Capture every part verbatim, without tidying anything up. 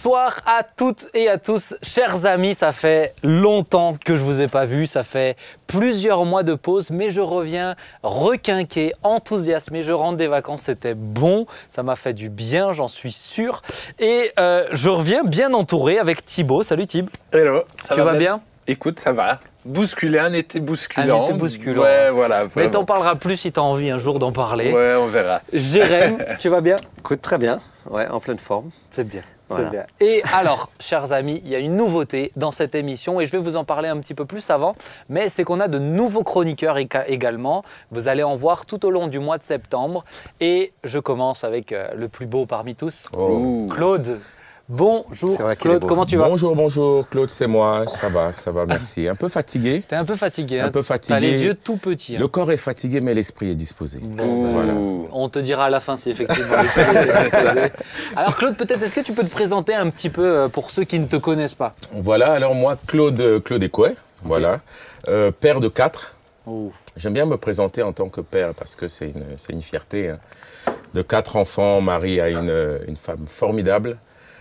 Bonsoir à toutes et à tous, chers amis, ça fait longtemps que je ne vous ai pas vus, ça fait plusieurs mois de pause, mais je reviens requinqué, enthousiasmé, je rentre des vacances, c'était bon, ça m'a fait du bien, j'en suis sûr. Et euh, je reviens bien entouré avec Thibaut. Salut Thib. Hello, ça tu va vas bien, bien? Écoute, ça va. Bousculé, un été bousculant. Un été bousculant. Ouais, voilà. Mais t'en parleras plus si tu as envie un jour d'en parler. Ouais, on verra. Jérém, tu vas bien? Écoute, très bien, ouais, en pleine forme. C'est bien. Voilà. C'est bien. Et alors, chers amis, il y a une nouveauté dans cette émission et je vais vous en parler un petit peu plus avant, mais c'est qu'on a de nouveaux chroniqueurs également. Vous allez en voir tout au long du mois de septembre et je commence avec euh, le plus beau parmi tous, Oh. Claude. Bonjour Claude, comment tu vas? Bonjour, bonjour, Claude, c'est moi, ça va, ça va, merci. Un peu fatigué. T'es un peu fatigué, Un hein? peu fatigué. T'as les yeux tout petits. Hein? Le corps est fatigué, mais l'esprit est disposé. Bon, Voilà. On te dira à la fin si effectivement l'esprit est disposé. Alors Claude, peut-être est-ce que tu peux te présenter un petit peu euh, pour ceux qui ne te connaissent pas? Voilà, alors moi, Claude, Claude Écouet, voilà, euh, père de quatre. Ouf. J'aime bien me présenter en tant que père parce que c'est une, c'est une fierté. Hein. De quatre enfants, mari à une, une femme formidable.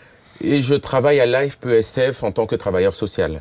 Et je travaille à l'A F P E S F en tant que travailleur social.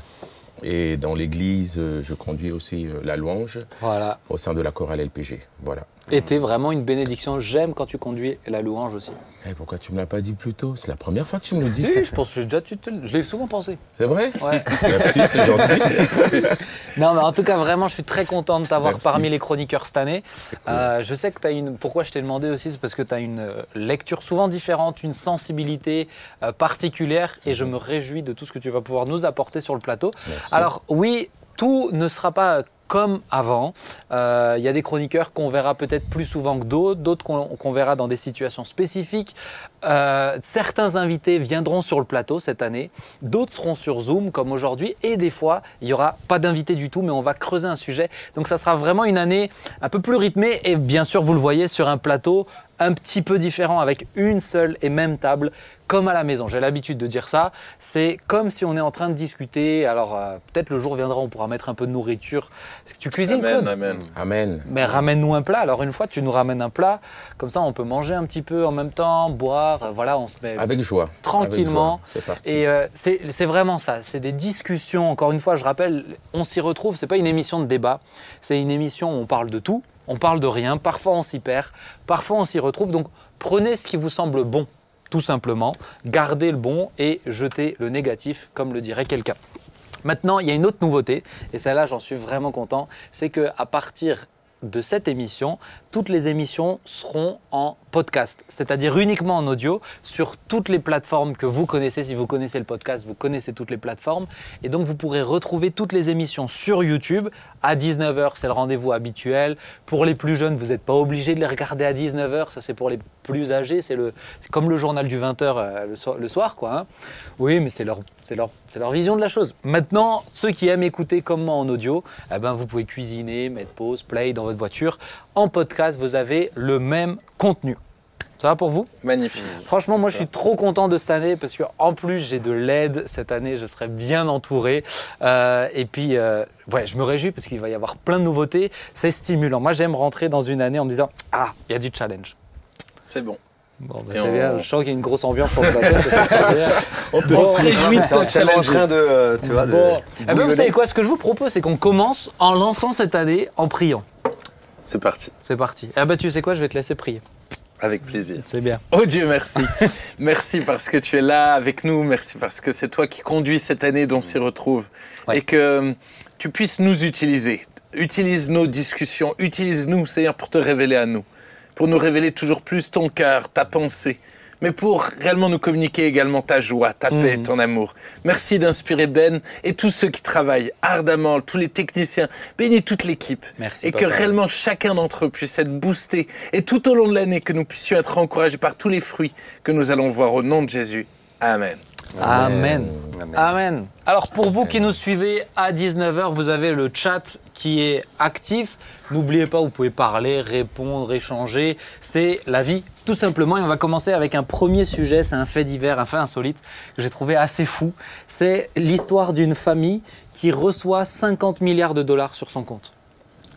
Et dans l'église, je conduis aussi la louange Voilà. au sein de la chorale L P G. Voilà. Et t'es vraiment une bénédiction. J'aime quand tu conduis la louange aussi. Eh, pourquoi tu ne me l'as pas dit plus tôt? C'est la première fois que tu me le dis. Si, ça. je pense que j'ai déjà, tu te- je l'ai souvent pensé. C'est vrai? Ouais. Merci, c'est gentil. Non, mais en tout cas, vraiment, je suis très content de t'avoir Merci. parmi les chroniqueurs cette année. Euh, je sais que tu as une. Pourquoi je t'ai demandé aussi, c'est parce que tu as une euh, lecture souvent différente, une sensibilité euh, particulière, et je me réjouis de tout ce que tu vas pouvoir nous apporter sur le plateau. Merci. Alors, oui, tout ne sera pas comme avant. Euh, Il y a des chroniqueurs qu'on verra peut-être plus souvent que d'autres, d'autres qu'on qu'on verra dans des situations spécifiques. Euh, certains invités viendront sur le plateau cette année, d'autres seront sur Zoom comme aujourd'hui, et des fois, il n'y aura pas d'invités du tout, mais on va creuser un sujet. Donc ça sera vraiment une année un peu plus rythmée, et bien sûr, vous le voyez, sur un plateau un petit peu différent, avec une seule et même table, comme à la maison. J'ai l'habitude de dire ça. C'est comme si on est en train de discuter. Alors, euh, peut-être le jour viendra, on pourra mettre un peu de nourriture. Est-ce que tu cuisines, Amen, Claude? amen. Amen. Mais ramène-nous un plat. Alors, une fois, tu nous ramènes un plat. Comme ça, on peut manger un petit peu en même temps, boire. Euh, Voilà, on se met Avec joie. tranquillement. Avec joie. C'est parti. Et euh, c'est c'est vraiment ça. C'est des discussions. Encore une fois, je rappelle, on s'y retrouve. C'est pas une émission de débat. C'est une émission où on parle de tout. On parle de rien. Parfois, on s'y perd. Parfois, on s'y retrouve. Donc, prenez ce qui vous semble bon, tout simplement. Gardez le bon et jetez le négatif, comme le dirait quelqu'un. Maintenant, il y a une autre nouveauté, et celle-là, j'en suis vraiment content, c'est qu'à partir de cette émission, toutes les émissions seront en podcast, c'est-à-dire uniquement en audio sur toutes les plateformes que vous connaissez. Si vous connaissez le podcast, vous connaissez toutes les plateformes. Et donc, vous pourrez retrouver toutes les émissions sur YouTube. À dix-neuf heures, c'est le rendez-vous habituel. Pour les plus jeunes, vous n'êtes pas obligé de les regarder à dix-neuf heures. Ça, c'est pour les plus âgés. C'est le, c'est comme le journal du vingt heures euh, le, so- le soir, quoi. Hein. Oui, mais c'est leur, c'est, leur, c'est leur vision de la chose. Maintenant, ceux qui aiment écouter comme moi en audio, eh ben, vous pouvez cuisiner, mettre pause, play dans votre voiture. En podcast, vous avez le même contenu. Ça va pour vous? Magnifique. Franchement, moi, je suis trop content de cette année parce qu'en plus, j'ai de l'aide cette année. Je serai bien entouré. Euh, et puis, euh, ouais, je me réjouis parce qu'il va y avoir plein de nouveautés. C'est stimulant. Moi, j'aime rentrer dans une année en me disant « Ah, il y a du challenge. C'est bon ». Bon, bah, Et c'est on- bien. Je sens qu'il y a une grosse ambiance sur le plateau. C'est super bien. On te Bon, suit. réjouis de T'es en te tellement en challenger. train de, euh, tu vois, de Bon, eh ben, vous bouillonner. savez quoi? Ce que je vous propose, c'est qu'on commence en lançant cette année en priant. C'est parti. C'est parti. Ah bah, tu sais quoi? Je vais te laisser prier. Avec plaisir. C'est bien. Oh Dieu, merci. Merci parce que tu es là avec nous. Merci parce que c'est toi qui conduis cette année dont on s'y retrouve. Ouais. Et que euh, tu puisses nous utiliser. Utilise nos discussions. Utilise-nous, Seigneur, pour te révéler à nous. Pour nous révéler toujours plus ton cœur, ta pensée. Mais pour réellement nous communiquer également ta joie, ta paix, Mhm. ton amour. Merci d'inspirer Ben et tous ceux qui travaillent ardemment, tous les techniciens. Bénis toute l'équipe. Merci, Et que papa. réellement chacun d'entre eux puisse être boosté. Et tout au long de l'année, que nous puissions être encouragés par tous les fruits que nous allons voir au nom de Jésus. Amen. Amen. Amen. Amen. Alors pour vous qui nous suivez à dix-neuf heures, vous avez le chat qui est actif. N'oubliez pas, vous pouvez parler, répondre, échanger. C'est la vie, tout simplement. Et on va commencer avec un premier sujet. C'est un fait divers, un fait insolite que j'ai trouvé assez fou. C'est l'histoire d'une famille qui reçoit cinquante milliards de dollars sur son compte.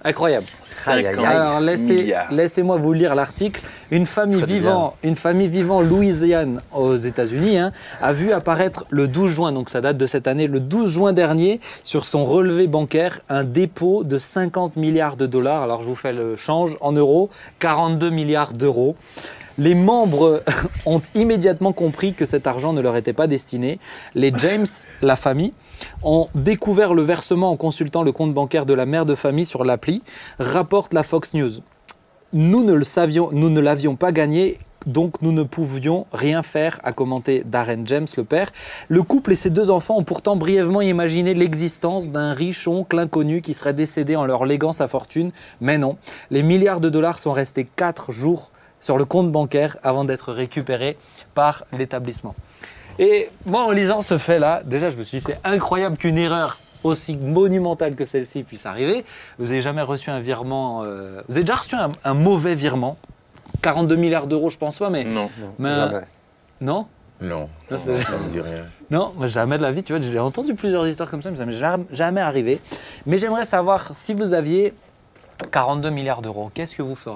Incroyable. Aïe, aïe, aïe. Alors laissez, milliards. laissez-moi vous lire l'article. Une famille Très vivant, une famille vivant Louisiane aux États-Unis hein, a vu apparaître le douze juin, donc ça date de cette année, le douze juin dernier, sur son relevé bancaire, un dépôt de cinquante milliards de dollars. Alors je vous fais le change en euros, quarante-deux milliards d'euros. Les membres ont immédiatement compris que cet argent ne leur était pas destiné. Les James, la famille, ont découvert le versement en consultant le compte bancaire de la mère de famille sur l'appli, rapporte la Fox News. Nous ne le savions, nous ne l'avions pas gagné, donc nous ne pouvions rien faire, a commenté Darren James, le père. Le couple et ses deux enfants ont pourtant brièvement imaginé l'existence d'un riche oncle inconnu qui serait décédé en leur léguant sa fortune. Mais non, les milliards de dollars sont restés quatre jours sur le compte bancaire avant d'être récupérés par l'établissement. Et moi, en lisant ce fait-là, déjà, je me suis dit, c'est incroyable qu'une erreur aussi monumentale que celle-ci puisse arriver. Vous n'avez jamais reçu un virement... Euh... Vous avez déjà reçu un, un mauvais virement quarante-deux milliards d'euros, je pense pas, mais... Non, mais jamais. Non Non, Ça, non, c'est- ça me dit rien. Non, moi, jamais de la vie. Tu vois, j'ai entendu plusieurs histoires comme ça, mais ça m'est jamais- jamais arrivé. Mais j'aimerais savoir, si vous aviez quarante-deux milliards d'euros, qu'est-ce que vous feriez ?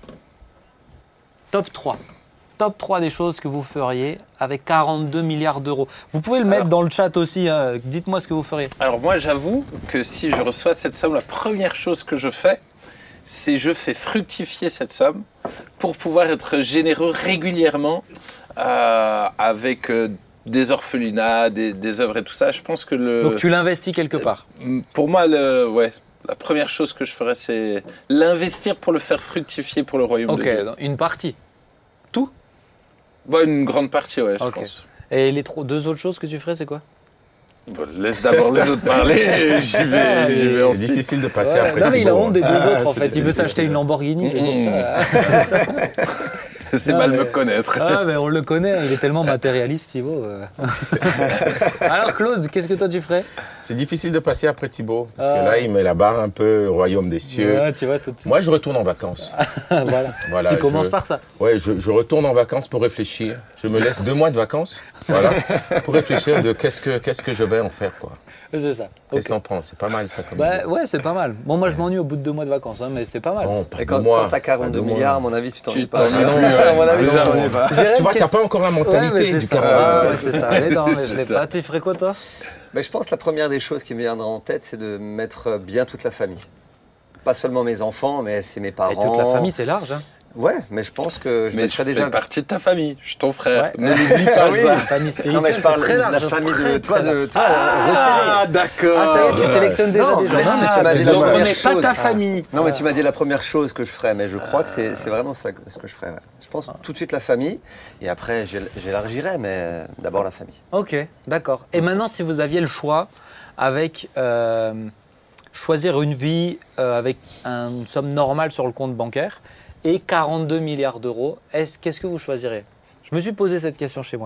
Top trois. Top trois des choses que vous feriez avec quarante-deux milliards d'euros. Vous pouvez le mettre Alors- dans le chat aussi. Hein. Dites-moi ce que vous feriez. Alors moi, j'avoue que si je reçois cette somme, la première chose que je fais, c'est je fais fructifier cette somme pour pouvoir être généreux régulièrement euh, avec euh, des orphelinats, des, des œuvres et tout ça. Je pense que le, Donc tu l'investis quelque part. pour moi, le, ouais, la première chose que je ferais, c'est l'investir pour le faire fructifier pour le royaume Ok, de Dieu. donc une partie. Tout Bon, une grande partie, ouais, je Ok. pense. Et les tro- deux autres choses que tu ferais, c'est quoi? Bon, laisse d'abord les autres parler et j'y vais, j'y vais C'est ensuite. difficile de passer Ouais, après non, mais il a Thibaut, honte des hein. deux autres en c'est fait. Il veut difficile. s'acheter une Lamborghini, c'est pour Mmh. ça. C'est Non, mal mais- me connaître. Ah, mais on le connaît, il est tellement matérialiste, Thibaut. euh. Alors, Claude, qu'est-ce que toi tu ferais? C'est difficile de passer après Thibaut, parce Ah. que là, il met la barre un peu au royaume des cieux. Ouais, tu vois, tout de suite. Moi, je retourne en vacances. voilà. Voilà, tu commences je- par ça. Ouais, je, je retourne en vacances pour réfléchir. Je me laisse deux mois de vacances, voilà, pour réfléchir de qu'est-ce que qu'est-ce que je vais en faire, quoi. C'est ça. Ok. Qu'est-ce qu'on pense? C'est pas mal ça comme Bah, idée. ouais, c'est pas mal. Bon, moi, je m'ennuie au bout de deux mois de vacances, hein, mais c'est pas mal. Bon, pas Et deux quand, mois, quand t'as pas quarante-deux deux mois. milliards, à mon avis, tu t'ennuies Tu pas. t'ennuies Ah non, pas. à mon avis, tu déjà, t'ennuies pas. J'irais Tu vois, une t'as question- pas encore la Ouais, mentalité mais du c'est ça. quarante. Ah, ouais, c'est ça. Mais non, mais je C'est l'ai ça. pas. Tu ferais quoi, toi? Mais je pense que la première des choses qui me viendra en tête, c'est de mettre bien toute la famille. Pas seulement mes enfants, mais c'est mes Et parents. toute la famille, c'est large. Hein. Ouais, mais je pense que je Mais je mettrais fais déjà. partie de ta famille, je suis ton frère. Ouais. Ne l'oublie pas Ah oui. ça. La famille spirituelle, Non, mais je c'est parle très de large. la famille de très, toi, très de toi. Ah, resserré. d'accord. Ah, ça y est, tu Ouais. sélectionnes déjà Non, des gens. mais Non, tu mais m'as ça, dit c'est la Donc dommage. on première n'est pas chose. ta famille. Non, mais tu m'as dit la première chose que je ferais, mais je crois que c'est c'est vraiment ça que- ce que je ferais. ouais. Je pense tout de suite la famille, et après j'él- j'élargirai, mais d'abord la famille. Ok, d'accord. Et maintenant, si vous aviez le choix avec euh, choisir une vie euh, avec une somme normale sur le compte bancaire et quarante-deux milliards d'euros, est-ce- qu'est-ce que vous choisirez? Je me suis posé cette question chez moi.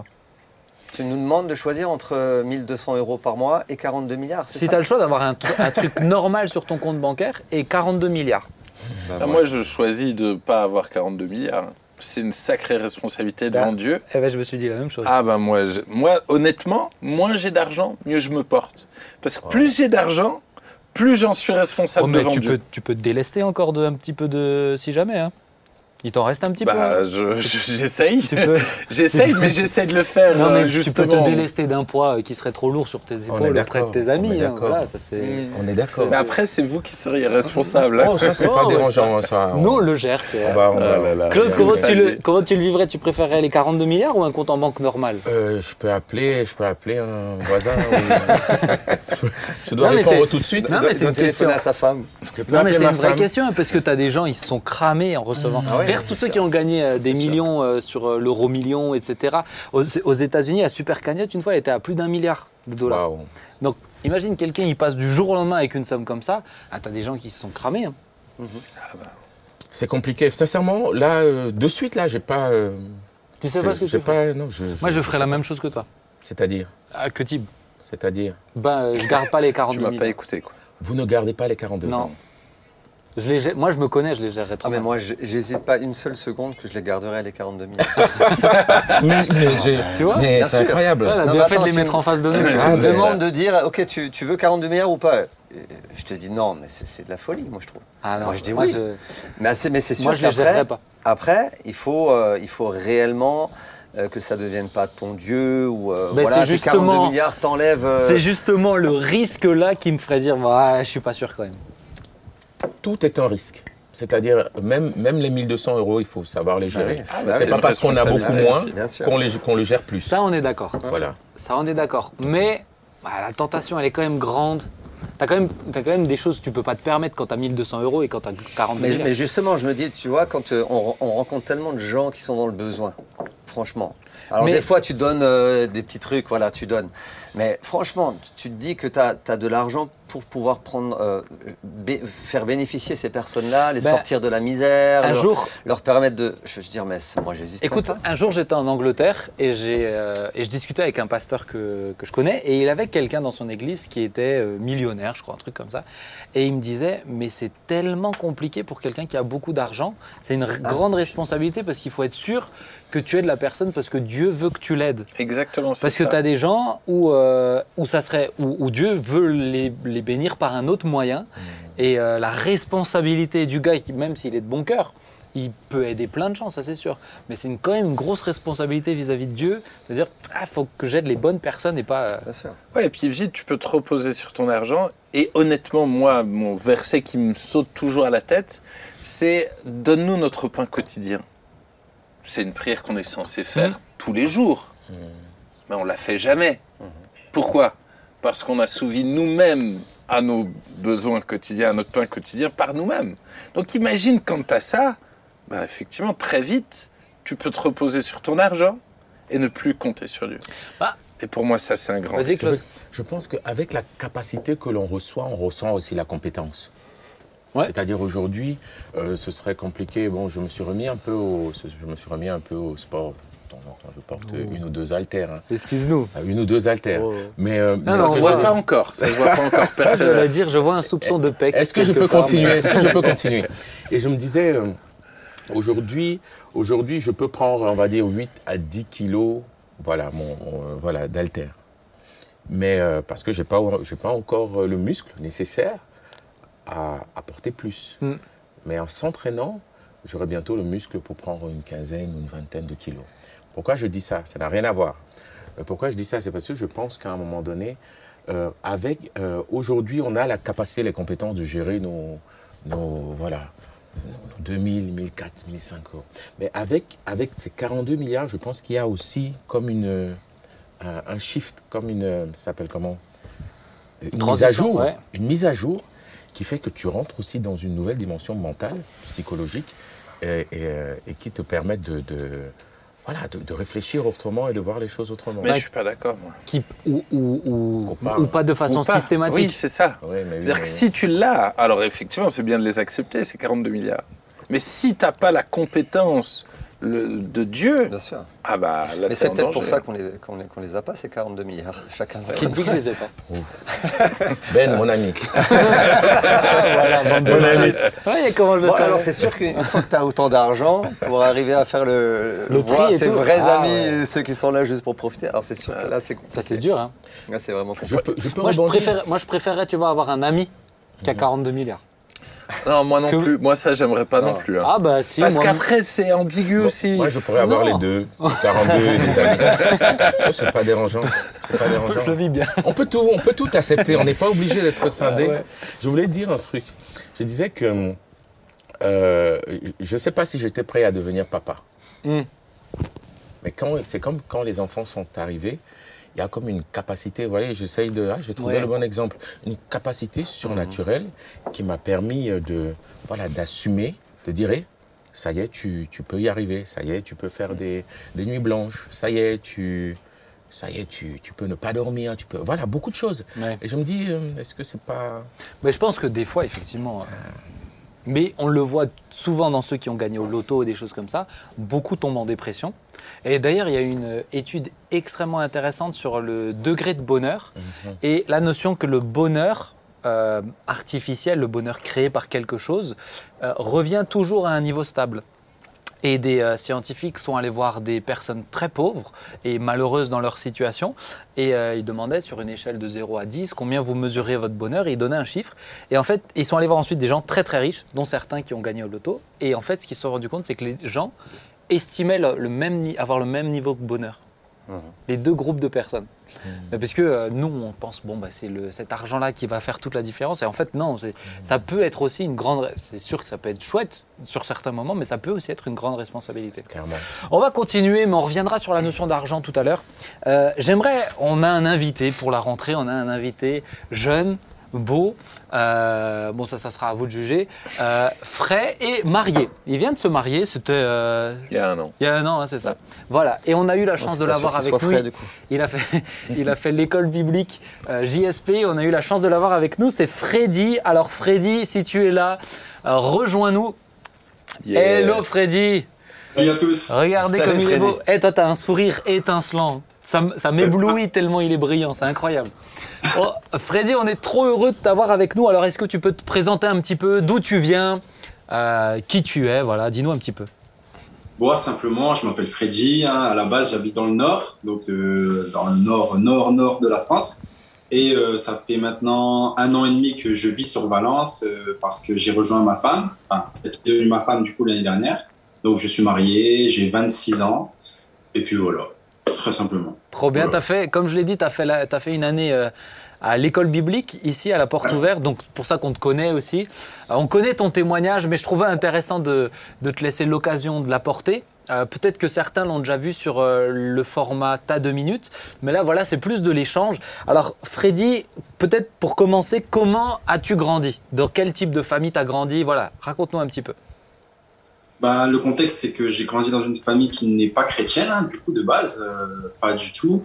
Tu nous demandes de choisir entre mille deux cents euros par mois et quarante-deux milliards, c'est Si ça tu as le choix d'avoir un, tru- un truc normal sur ton compte bancaire et quarante-deux milliards. Bah, Ah, moi, je choisis de ne pas avoir quarante-deux milliards. C'est une sacrée responsabilité devant Bah. Dieu. Eh ben, je me suis dit la même chose. Ah ben moi, je- moi, honnêtement, moins j'ai d'argent, mieux je me porte. Parce que plus j'ai d'argent, plus j'en suis responsable Oh, mais devant tu Dieu. peux, tu peux te délester encore de un petit peu de si jamais. Hein. Il t'en reste un petit peu. Bah, hein. je- je- j'essaye. Tu peux, J'essaye, mais j'essaie de le faire non, mais euh, tu justement. peux te délester d'un poids euh, qui serait trop lourd sur tes On est épaules auprès de d'accord, tes on amis. est hein. d'accord. Voilà, ça, c'est... Mm. On est d'accord. Mais après, c'est vous qui seriez responsable. Oh, ça, c'est Oh, pas ouais, dérangeant, ça. Nous, on le gère. Tu vois. On va, on va- Ah là là. Claude, Ouais, comment, ça tu y le, est. comment tu le vivrais? Tu préférerais les quarante-deux milliards ou un compte en banque normal? Euh, je peux appeler, je peux appeler un voisin. ou- je dois Non, mais répondre c'est- tout de suite. Non, il doit- mais il c'est doit une téléphoner question. à sa femme. Je peux Non, mais appeler c'est ma une vraie femme. question hein, parce que tu as des gens, ils se sont cramés en recevant. Ah ouais, Regarde c'est tous ceux sûr. qui ont gagné euh, des C'est sûr. millions euh, sur euh, l'euro million, et cetera. Aux, aux États-Unis, la super cagnotte, une fois, elle était à plus d'un milliard de dollars. Waouh. Donc, imagine quelqu'un, il passe du jour au lendemain avec une somme comme ça. Ah, tu as des gens qui se sont cramés. Hein. C'est compliqué. Sincèrement, là, euh, de suite, là, j'ai pas. euh, Tu sais j'ai- pas ce que j'ai tu ferais? pas. Non, je, Moi, je sais ferais la pas. même chose que toi. C'est-à-dire, Ah, que type c'est-à-dire, Ben, euh, je garde pas les Tu quarante-deux m'as mille. pas écouté, quoi. vous ne gardez pas les quarante-deux. Non. Je les gère- Moi, je me connais, je les gérerais trop Ah, mais mal. moi, j'- j'hésite pas une seule seconde que je les garderai à les quarante-deux mille. Mais, mais j'ai- Tu vois mais Bien c'est sûr. incroyable. Ouais, on a Non, bien mais fait attends, de les tu mettre me- en face de nous. Tu Tu Ah, me mais demandes de dire, ok, tu, tu veux quarante-deux milliards ou pas? je te dis non, mais c'est, c'est de la folie, moi je trouve. Ah non, moi je dis moi, oui. je- Mais, c'est, mais c'est sûr Moi, je les qu'après, gérerais pas. après, il faut, euh, il faut réellement euh, que ça ne devienne pas ton dieu ou euh, Mais voilà, c'est tes justement- quarante-deux milliards t'enlèvent. euh, C'est justement le risque là qui me ferait dire, voilà, je suis pas sûr quand même. Tout est un risque. C'est-à-dire, même, même les mille deux cents euros, il faut savoir les gérer. oui. Ah, bah, c'est c'est pas une parce qu'on a beaucoup responsabilité moins aussi. Bien sûr. qu'on les, qu'on le gère plus. Ça, on est d'accord. Voilà. Ça, on est d'accord. Mais bah, la tentation, elle est quand même grande. T'as quand même, t'as quand même des choses que tu peux pas te permettre quand t'as mille deux cents euros et quand t'as quarante Mais, mille. mais justement, je me dis, tu vois, quand euh, on, on rencontre tellement de gens qui sont dans le besoin, franchement. Alors Mais- des fois, tu donnes euh, des petits trucs, voilà, tu donnes. Mais franchement, tu te dis que tu as de l'argent pour pouvoir prendre, euh, bé- faire bénéficier ces personnes-là, les Ben, sortir de la misère, un leur, jour, leur permettre de... Je veux dire, mais c'est- moi, j'hésite écoute, pas. un jour j'étais en Angleterre et, j'ai, euh, et je discutais avec un pasteur que, que je connais et il avait quelqu'un dans son église qui était euh, millionnaire, je crois, un truc comme ça. Et il me disait, mais c'est tellement compliqué pour quelqu'un qui a beaucoup d'argent, c'est une r- Ah. grande responsabilité parce qu'il faut être sûr que tu aides la personne parce que Dieu veut que tu l'aides. Exactement, c'est Parce que ça. tu as des gens où, euh, où, ça serait, où, où Dieu veut les, les bénir par un autre moyen. Et euh, la responsabilité du gars, qui, même s'il est de bon cœur, il peut aider plein de gens, ça c'est sûr. Mais c'est une- quand même une grosse responsabilité vis-à-vis de Dieu. De dire, ah, faut que j'aide les bonnes personnes et pas. euh, Bien sûr. Ouais, et puis vite, tu peux te reposer sur ton argent. Et honnêtement, moi, mon verset qui me saute toujours à la tête, c'est « Donne-nous notre pain quotidien ». C'est une prière qu'on est censé faire Mmh. tous les jours. Mais on ne la fait jamais. Pourquoi ? Parce qu'on assouvit nous-mêmes à nos besoins quotidiens, à notre pain quotidien par nous-mêmes. Donc imagine quand tu as ça, bah, effectivement, très vite, tu peux te reposer sur ton argent et ne plus compter sur Dieu. Bah. Et pour moi, ça, c'est un grand Vas-y, risque. Claude. Je pense qu'avec la capacité que l'on reçoit, on ressent aussi la compétence. Ouais. C'est-à-dire aujourd'hui, euh, ce serait compliqué. Bon, je me suis remis un peu au, je me suis remis un peu au sport. De temps en temps, je porte Oh. une ou deux haltères. hein. Excuse-nous. Ah, Une ou deux haltères. Oh. Mais euh, Non, Ça non, ne on se voit- voit pas encore. Ça se voit pas encore. Je Personne. vais dire, je vois un soupçon de pec. Est-ce que je quelque peux part, continuer mais- Est-ce que je peux continuer Et je me disais, euh, aujourd'hui, aujourd'hui, je peux prendre, on va dire, huit à dix kilos, voilà, mon, euh, voilà, d'haltères. Mais euh, parce que je n'ai pas, j'ai pas encore euh, le muscle nécessaire à, à porter plus. Mm. Mais en s'entraînant, j'aurai bientôt le muscle pour prendre une quinzaine ou une vingtaine de kilos. Pourquoi je dis ça? Ça n'a rien à voir. Euh, Pourquoi je dis ça? C'est parce que je pense qu'à un moment donné, euh, avec euh, aujourd'hui, on a la capacité, les compétences de gérer nos, nos voilà, nos deux mille, mille quatre, mille cinq euros. Mais avec, avec ces quarante-deux milliards, je pense qu'il y a aussi comme une, un, un shift, comme une, ça s'appelle comment? Une mise à transition, jour, ouais. une mise à jour qui fait que tu rentres aussi dans une nouvelle dimension mentale, psychologique, et, et, euh, et qui te permet de, de, voilà, de, de réfléchir autrement et de voir les choses autrement. Mais je suis pas d'accord, moi. Qui, ou, ou, ou, Ou pas. ou pas de façon Ou pas. systématique. Oui, c'est ça. Ouais, mais oui, C'est-à-dire mais- que si tu l'as, alors effectivement, c'est bien de les accepter, c'est quarante-deux milliards. Mais si tu n'as pas la compétence le- de Dieu, Bien sûr. ah bah là, Mais t'es c'est en peut-être pour danger. ça qu'on les, qu'on les, qu'on les a pas, ces quarante-deux milliards. Chacun. Qui te dit que je les ai pas. Ben, mon ami. Voilà, bande de Bon malades. ami. Ouais, comment je le Bon, savais. alors c'est sûr qu'une fois que tu as autant d'argent, pour arriver à faire le, Le tri voir et tes tout. vrais Ah, amis, ouais. ceux qui sont là juste pour profiter, alors c'est sûr que là c'est compliqué. Ça, c'est dur. Hein. Là c'est vraiment Je compliqué. peux, je peux Moi, je rebondir. préfère, moi, je préférerais, tu vois, avoir un ami qui a quarante-deux milliards. Non, moi non Que- plus. Moi, ça, j'aimerais pas non, Non. plus. hein. Ah, bah si. Parce moi, qu'après, c'est ambigu aussi. Moi, je pourrais avoir Non. les deux, quarante-deux et des amis. Ça, c'est pas dérangeant. C'est pas dérangeant. je le vis bien. On peut tout, on peut tout accepter. On n'est pas obligé d'être scindé. Ah ouais. Je voulais te dire un truc. Je disais que euh, je ne sais pas si j'étais prêt à devenir papa. Hmm. Mais quand, c'est comme quand les enfants sont arrivés, il y a comme une capacité, vous voyez, j'essaye de... Ah, j'ai trouvé Ouais. le bon exemple. Une capacité surnaturelle qui m'a permis de, voilà, d'assumer, de dire, hey, ça y est, tu, tu peux y arriver, ça y est, tu peux faire des, des nuits blanches, ça y est, tu... Ça y est, tu, tu peux ne pas dormir, tu peux... Voilà, beaucoup de choses. Ouais. Et je me dis, euh, est-ce que c'est pas... Mais je pense que des fois, effectivement. euh, Mais on le voit souvent dans ceux qui ont gagné au loto et des choses comme ça, beaucoup tombent en dépression. Et d'ailleurs, il y a une étude extrêmement intéressante sur le degré de bonheur Mhm. et la notion que le bonheur euh, artificiel, le bonheur créé par quelque chose, euh, revient toujours à un niveau stable. Et des euh, scientifiques sont allés voir des personnes très pauvres et malheureuses dans leur situation. Et euh, ils demandaient sur une échelle de zéro à dix combien vous mesurez votre bonheur. Et ils donnaient un chiffre. Et en fait, ils sont allés voir ensuite des gens très très riches, dont certains qui ont gagné au loto. Et en fait, ce qu'ils se sont rendus compte, c'est que les gens estimaient le, le même, avoir le même niveau de bonheur. Mmh. Les deux groupes de personnes. Mmh. Parce que euh, nous, on pense, bon, bah, c'est le, cet argent-là qui va faire toute la différence. Et en fait, non, c'est, mmh. ça peut être aussi une grande... C'est sûr que ça peut être chouette sur certains moments, mais ça peut aussi être une grande responsabilité. Clairement. On va continuer, mais on reviendra sur la notion d'argent tout à l'heure. Euh, j'aimerais... On a un invité pour la rentrée, on a un invité jeune, beau, euh, bon ça, ça sera à vous de juger, euh, frais et marié. Il vient de se marier, c'était... Euh, il y a un an. Il y a un an, hein, c'est ça. Ouais. Voilà, et on a eu la chance bon, de l'avoir avec nous. Frais, du coup. Il a fait, il a fait l'école biblique euh, J S P, on a eu la chance de l'avoir avec nous, c'est Freddy. Alors Freddy, si tu es là, euh, rejoins-nous. Yeah. Hello Freddy. Salut à tous. Regardez Salut, comme il Freddy. est beau. Eh, toi, tu as un sourire étincelant. Ça, ça m'éblouit tellement il est brillant, c'est incroyable. Oh, Freddy, on est trop heureux de t'avoir avec nous. Alors, est-ce que tu peux te présenter un petit peu d'où tu viens, euh, qui tu es, voilà, dis-nous un petit peu. Bon, simplement, je m'appelle Freddy. Hein. À la base, j'habite dans le nord, donc euh, dans le nord, nord, nord de la France. Et euh, ça fait maintenant un an et demi que je vis sur Valence euh, parce que j'ai rejoint ma femme. Enfin, c'est devenu ma femme du coup l'année dernière. Donc, je suis marié, j'ai vingt-six ans. Et puis voilà. Très simplement. Trop bien, voilà. T'as fait, comme je l'ai dit, tu as fait, la, t'as fait une année euh, à l'école biblique, ici à la Porte ouais. Ouverte, donc pour ça qu'on te connaît aussi. Euh, on connaît ton témoignage, mais je trouvais intéressant de, de te laisser l'occasion de l'apporter. Euh, peut-être que certains l'ont déjà vu sur euh, le format T'as deux minutes, mais là voilà, c'est plus de l'échange. Alors Freddy, peut-être pour commencer, comment as-tu grandi? Dans quel type de famille tu as grandi? Voilà, raconte-nous un petit peu. Bah, le contexte, c'est que j'ai grandi dans une famille qui n'est pas chrétienne, hein, du coup, de base, euh, pas du tout.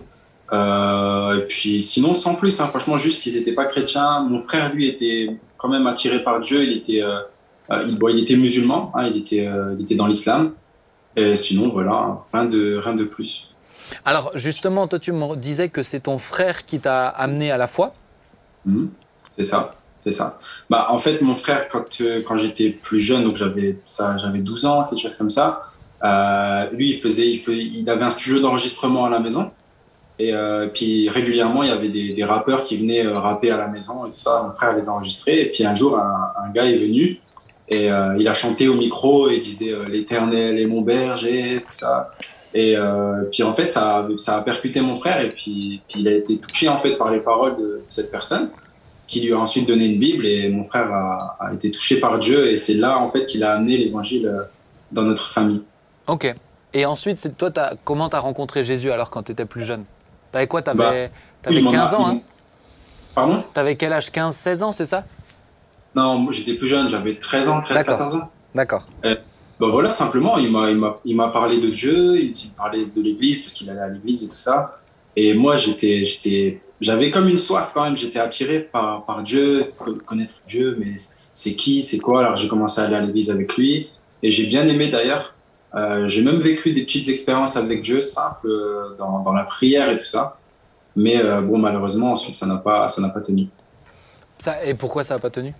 Euh, et puis, sinon, sans plus, hein, franchement, juste, ils n'étaient pas chrétiens. Mon frère, lui, était quand même attiré par Dieu. Il était, euh, il, bon, il était musulman, hein, il, était, euh, il était dans l'islam. Et sinon, voilà, rien de, rien de plus. Alors, justement, toi, tu me disais que c'est ton frère qui t'a amené à la foi. Mmh, c'est ça. C'est ça. Bah, en fait, mon frère, quand, euh, quand j'étais plus jeune, donc j'avais, ça, j'avais douze ans, quelque chose comme ça, euh, lui, il, faisait, il, faisait, il avait un studio d'enregistrement à la maison. Et euh, puis, régulièrement, il y avait des, des rappeurs qui venaient euh, rapper à la maison et tout ça. Mon frère les a enregistrés. Et puis, un jour, un, un gars est venu et euh, il a chanté au micro et disait euh, « L'Éternel est mon berger », tout ça. Et euh, puis, en fait, ça, ça a percuté mon frère et puis, puis il a été touché, en fait, par les paroles de cette personne, qui lui a ensuite donné une Bible, et mon frère a, a été touché par Dieu, et c'est là en fait qu'il a amené l'évangile dans notre famille. Ok. Et ensuite, c'est, toi, t'as, comment tu as rencontré Jésus alors quand tu étais plus jeune? T'avais quoi? T'avais, bah, t'avais quinze ans, hein? Pardon? T'avais quel âge? quinze seize ans, c'est ça? Non, moi, j'étais plus jeune, j'avais treize ans, treize quatorze ans. D'accord. Et, bah voilà, simplement, il m'a, il, m'a, il m'a parlé de Dieu, il m'a parlé de l'église, parce qu'il allait à l'église et tout ça. Et moi, j'étais... j'étais J'avais comme une soif quand même, j'étais attiré par, par Dieu, connaître Dieu, mais c'est qui, c'est quoi? Alors j'ai commencé à aller à l'église avec lui et j'ai bien aimé d'ailleurs. Euh, j'ai même vécu des petites expériences avec Dieu, simples, dans, dans la prière et tout ça. Mais euh, bon, malheureusement, ensuite, ça n'a pas, ça n'a pas tenu. Ça, et pourquoi ça n'a pas tenu?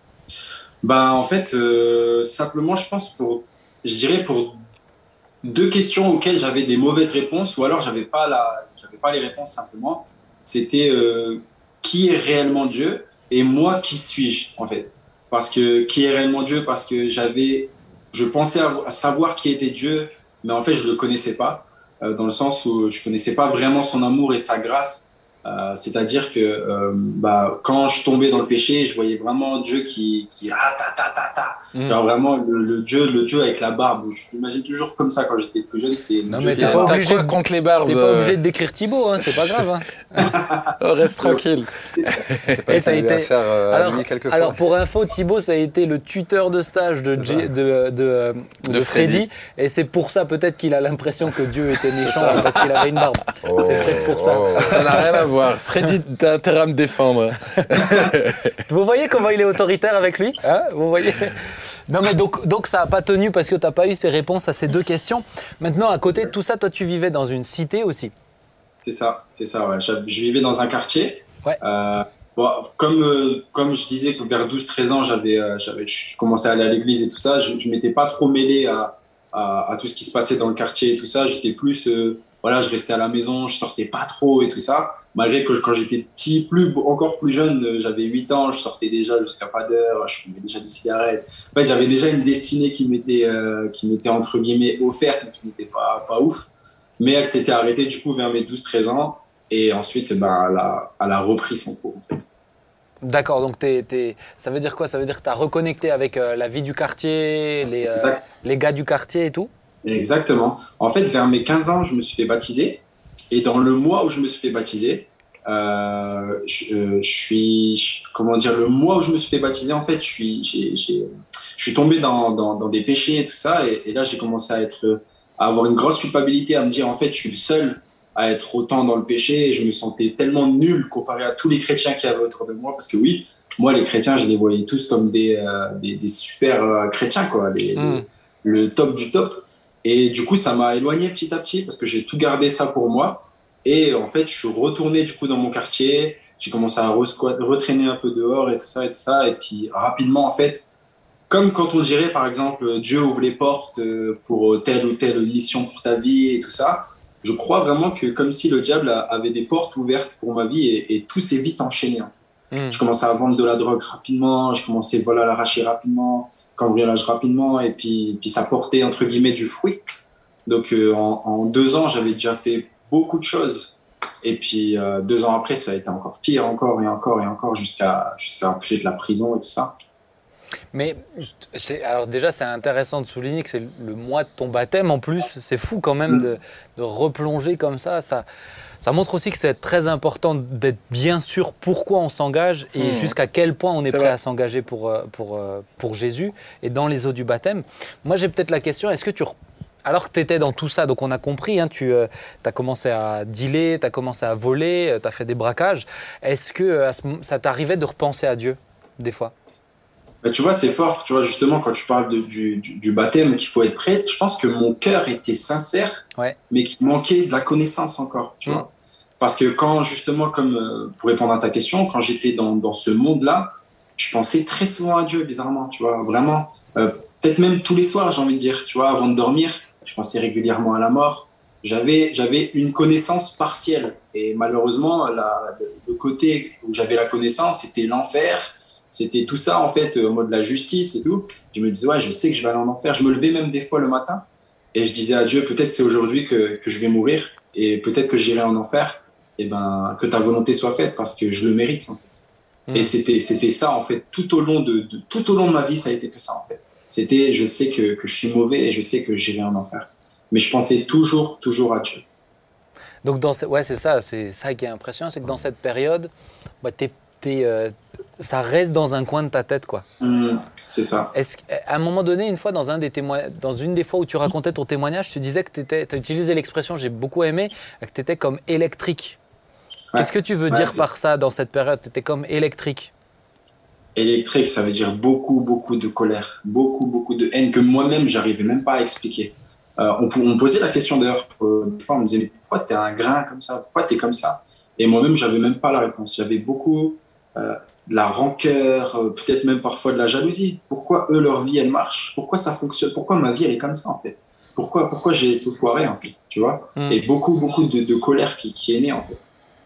Bah, en fait, euh, simplement, je pense, pour, je dirais pour deux questions auxquelles j'avais des mauvaises réponses, ou alors j'avais pas la, j'avais pas les réponses simplement. C'était euh, qui est réellement Dieu et moi, qui suis-je, en fait. Parce que qui est réellement Dieu? Parce que j'avais, je pensais à, à savoir qui était Dieu, mais en fait, je ne le connaissais pas, euh, dans le sens où je ne connaissais pas vraiment son amour et sa grâce. Euh, c'est-à-dire que euh, bah, quand je tombais dans le péché, je voyais vraiment Dieu qui, qui ah, ta, ta, ta, ta. Mmh. Genre vraiment le, le, Dieu, le Dieu avec la barbe. Je m'imagine toujours comme ça quand j'étais plus jeune. C'était non, Dieu mais qui t'es a... pas T'as obligé quoi de... contre les barbes? T'es pas obligé de décrire Thibaut, hein, c'est pas grave. Hein. Oh, reste tranquille. C'est pas ce qu'il a eu à faire euh, alors, à lui quelques alors fois. pour info, Thibaut, ça a été le tuteur de stage de, G... de, de, de, de, de Freddy. Freddy. Et c'est pour ça peut-être qu'il a l'impression que Dieu était méchant parce qu'il avait une barbe. Oh, c'est peut-être pour ça. Oh, ça n'a rien à voir. Freddy, t'as intérêt à me défendre. Vous voyez comment il est autoritaire avec lui, hein? Vous voyez? Non mais donc, donc ça n'a pas tenu parce que tu n'as pas eu ces réponses à ces deux questions. Maintenant, à côté de tout ça, toi tu vivais dans une cité aussi. C'est ça, c'est ça, ouais. Je, je vivais dans un quartier. Ouais. Euh, bon, comme, euh, comme je disais que vers douze treize ans, j'avais, euh, j'avais commencé à aller à l'église et tout ça, je ne m'étais pas trop mêlé à, à, à, à tout ce qui se passait dans le quartier et tout ça. J'étais plus, euh, voilà, je restais à la maison, je sortais pas trop et tout ça. Malgré que quand j'étais petit, plus, encore plus jeune, euh, j'avais huit ans, je sortais déjà jusqu'à pas d'heure, je fumais déjà des cigarettes. En fait, j'avais déjà une destinée qui m'était, euh, qui m'était entre guillemets offerte, mais qui n'était pas, pas ouf. Mais elle s'était arrêtée du coup vers mes douze treize ans. Et ensuite, ben, elle, a, elle a repris son cours. En fait. D'accord, donc t'es, t'es, ça veut dire quoi? Ça veut dire que tu as reconnecté avec euh, la vie du quartier, les, euh, les gars du quartier et tout? Exactement. En fait, vers mes quinze ans, je me suis fait baptiser. Et dans le mois où je me suis fait baptiser, euh, je, je suis, comment dire, le mois où je me suis fait baptiser, en fait, je suis, j'ai, j'ai, je suis tombé dans, dans, dans des péchés et tout ça. Et, et là, j'ai commencé à, être, à avoir une grosse culpabilité, à me dire, en fait, je suis le seul à être autant dans le péché. Et je me sentais tellement nul comparé à tous les chrétiens qu'il y avait autour de moi. Parce que oui, moi, les chrétiens, je les voyais tous comme des, euh, des, des super euh, chrétiens, quoi, les, mmh. les, le top du top. Et du coup, ça m'a éloigné petit à petit parce que j'ai tout gardé ça pour moi. Et en fait, je suis retourné du coup dans mon quartier. J'ai commencé à re-squat, retraîner un peu dehors et tout ça et tout ça. Et puis rapidement, en fait, comme quand on dirait par exemple, Dieu ouvre les portes pour telle ou telle mission pour ta vie et tout ça, je crois vraiment que comme si le diable avait des portes ouvertes pour ma vie et, et tout s'est vite enchaîné. En fait. Mmh. Je commençais à vendre de la drogue rapidement, je commençais voilà, à l'arracher rapidement, cambriolage rapidement, et puis, puis ça portait entre guillemets du fruit. Donc euh, en, en deux ans, j'avais déjà fait beaucoup de choses. Et puis euh, deux ans après, ça a été encore pire, encore et encore et encore, jusqu'à jusqu'à empêcher de la prison et tout ça. Mais c'est, alors déjà, c'est intéressant de souligner que c'est le mois de ton baptême en plus. C'est fou quand même de, de replonger comme ça. Ça, ça montre aussi que c'est très important d'être bien sûr pourquoi on s'engage et mmh. jusqu'à quel point on est, est prêt vrai. à s'engager pour, pour, pour Jésus et dans les eaux du baptême. Moi, j'ai peut-être la question, est-ce que tu... Alors que tu étais dans tout ça, donc on a compris, hein, tu euh, as commencé à dealer, tu as commencé à voler, euh, tu as fait des braquages. Est-ce que euh, ça t'arrivait de repenser à Dieu, des fois? Bah, tu vois, c'est fort. Tu vois, justement, quand tu parles de, du, du, du baptême, qu'il faut être prêt, je pense que mon cœur était sincère, ouais. mais qu'il manquait de la connaissance encore. Tu mmh. vois, parce que quand, justement, comme euh, pour répondre à ta question, quand j'étais dans, dans ce monde-là, je pensais très souvent à Dieu, bizarrement. Tu vois, vraiment. Euh, peut-être même tous les soirs, j'ai envie de dire. Tu vois, avant de dormir, je pensais régulièrement à la mort. J'avais, j'avais une connaissance partielle. Et malheureusement, la, le côté où j'avais la connaissance, c'était l'enfer. C'était tout ça, en fait, au mode de la justice et tout. Je me disais, ouais, je sais que je vais aller en enfer. Je me levais même des fois le matin. Et je disais à Dieu, peut-être c'est aujourd'hui que, que je vais mourir. Et peut-être que j'irai en enfer. Et ben, que ta volonté soit faite parce que je le mérite. En fait. Mmh. Et c'était, c'était ça, en fait. Tout au long de, de, tout au long de ma vie, ça a été que ça, en fait. C'était, je sais que, que je suis mauvais et je sais que j'irai en enfer. Mais je pensais toujours, toujours à Dieu. Donc, dans ce, ouais, c'est ça, c'est ça qui est impressionnant, c'est que dans cette période, bah, t'es, t'es, euh, ça reste dans un coin de ta tête, quoi. Mmh, c'est ça. Est-ce qu'à un moment donné, une fois, dans, un des témoign... dans une des fois où tu racontais ton témoignage, tu disais que tu as utilisé l'expression, j'ai beaucoup aimé, que tu étais comme électrique. Ouais. Qu'est-ce que tu veux ouais, dire c'est... par ça dans cette période? Tu étais comme électrique. Électrique, ça veut dire beaucoup, beaucoup de colère, beaucoup, beaucoup de haine que moi-même, j'arrivais même pas à expliquer. Euh, on, on me posait la question d'ailleurs, euh, des fois on me disait, mais pourquoi t'es un grain comme ça? Pourquoi t'es comme ça? Et moi-même, j'avais même pas la réponse. J'avais beaucoup euh, de la rancœur, euh, peut-être même parfois de la jalousie. Pourquoi eux, leur vie, elle marche? Pourquoi ça fonctionne? Pourquoi ma vie, elle est comme ça en fait? Pourquoi, pourquoi j'ai tout foiré en fait? Tu vois? Mm. Et beaucoup, beaucoup de, de colère qui, qui est née en fait.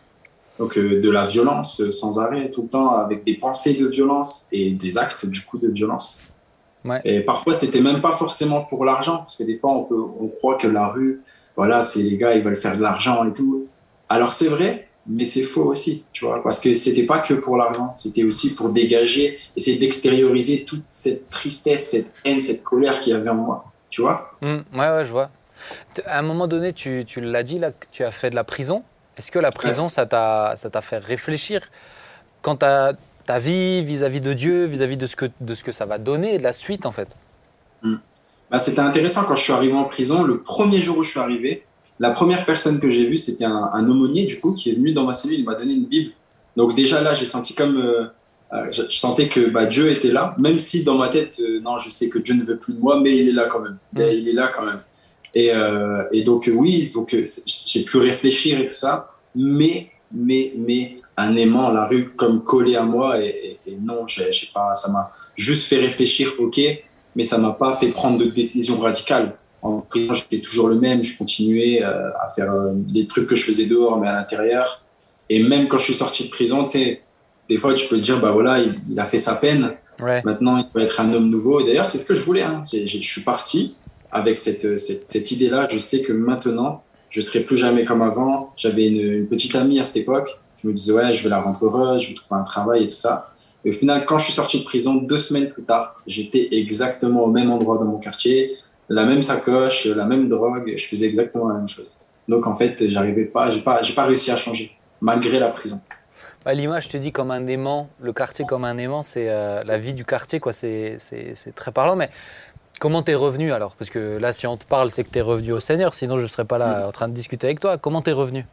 Donc euh, de la violence euh, sans arrêt, tout le temps, avec des pensées de violence et des actes du coup de violence. Ouais. Et parfois, c'était même pas forcément pour l'argent, parce que des fois, on, peut, on croit que la rue, voilà, c'est les gars, ils veulent faire de l'argent et tout. Alors c'est vrai, mais c'est faux aussi, tu vois, parce que c'était pas que pour l'argent, c'était aussi pour dégager, essayer d'extérioriser toute cette tristesse, cette haine, cette colère qu'il y avait en moi, tu vois. Mmh, ouais, ouais, je vois. À un moment donné, tu, tu l'as dit, là, que tu as fait de la prison. Est-ce que la prison, ouais. ça t'a, ça t'a fait réfléchir quant à ta vie vis-à-vis de Dieu, vis-à-vis de ce que, de ce que ça va donner et de la suite, en fait? mmh. Bah, c'était intéressant quand je suis arrivé en prison. Le premier jour où je suis arrivé, la première personne que j'ai vue, c'était un, un aumônier, du coup, qui est venu dans ma cellule, il m'a donné une Bible. Donc déjà là, j'ai senti comme... Euh, euh, je, je sentais que bah, Dieu était là, même si dans ma tête, euh, non, je sais que Dieu ne veut plus de moi, mais il est là quand même. mmh. Il est là quand même. Et, euh, et donc euh, oui, donc euh, j'ai pu réfléchir et tout ça, mais mais mais un aimant, la rue comme collé à moi et, et, et non, j'ai, j'ai pas, ça m'a juste fait réfléchir, ok, mais ça m'a pas fait prendre de décision radicale. En prison, j'étais toujours le même. Je continuais euh, à faire euh, les trucs que je faisais dehors, mais à l'intérieur. Et même quand je suis sorti de prison, tu sais, des fois, tu peux te dire, bah voilà, il, il a fait sa peine. Ouais. Maintenant, il peut être un homme nouveau. Et d'ailleurs, c'est ce que je voulais. Hein. Je suis parti avec cette, cette, cette idée-là. Je sais que maintenant, je ne serai plus jamais comme avant. J'avais une, une petite amie à cette époque. Je me disais, ouais, je vais la rendre heureuse, je vais trouver un travail et tout ça. Et au final, quand je suis sorti de prison, deux semaines plus tard, j'étais exactement au même endroit dans mon quartier, la même sacoche, la même drogue. Je faisais exactement la même chose. Donc, en fait, j'arrivais pas, j'ai pas, j'ai pas réussi à changer, malgré la prison. Bah, l'image, je te dis, comme un aimant, le quartier comme un aimant, c'est euh, la vie du quartier, quoi. C'est, c'est, c'est très parlant. Mais comment t'es revenu alors? Parce que là, si on te parle, c'est que t'es revenu au Seigneur. Sinon, je ne serais pas là en train de discuter avec toi. Comment t'es revenu?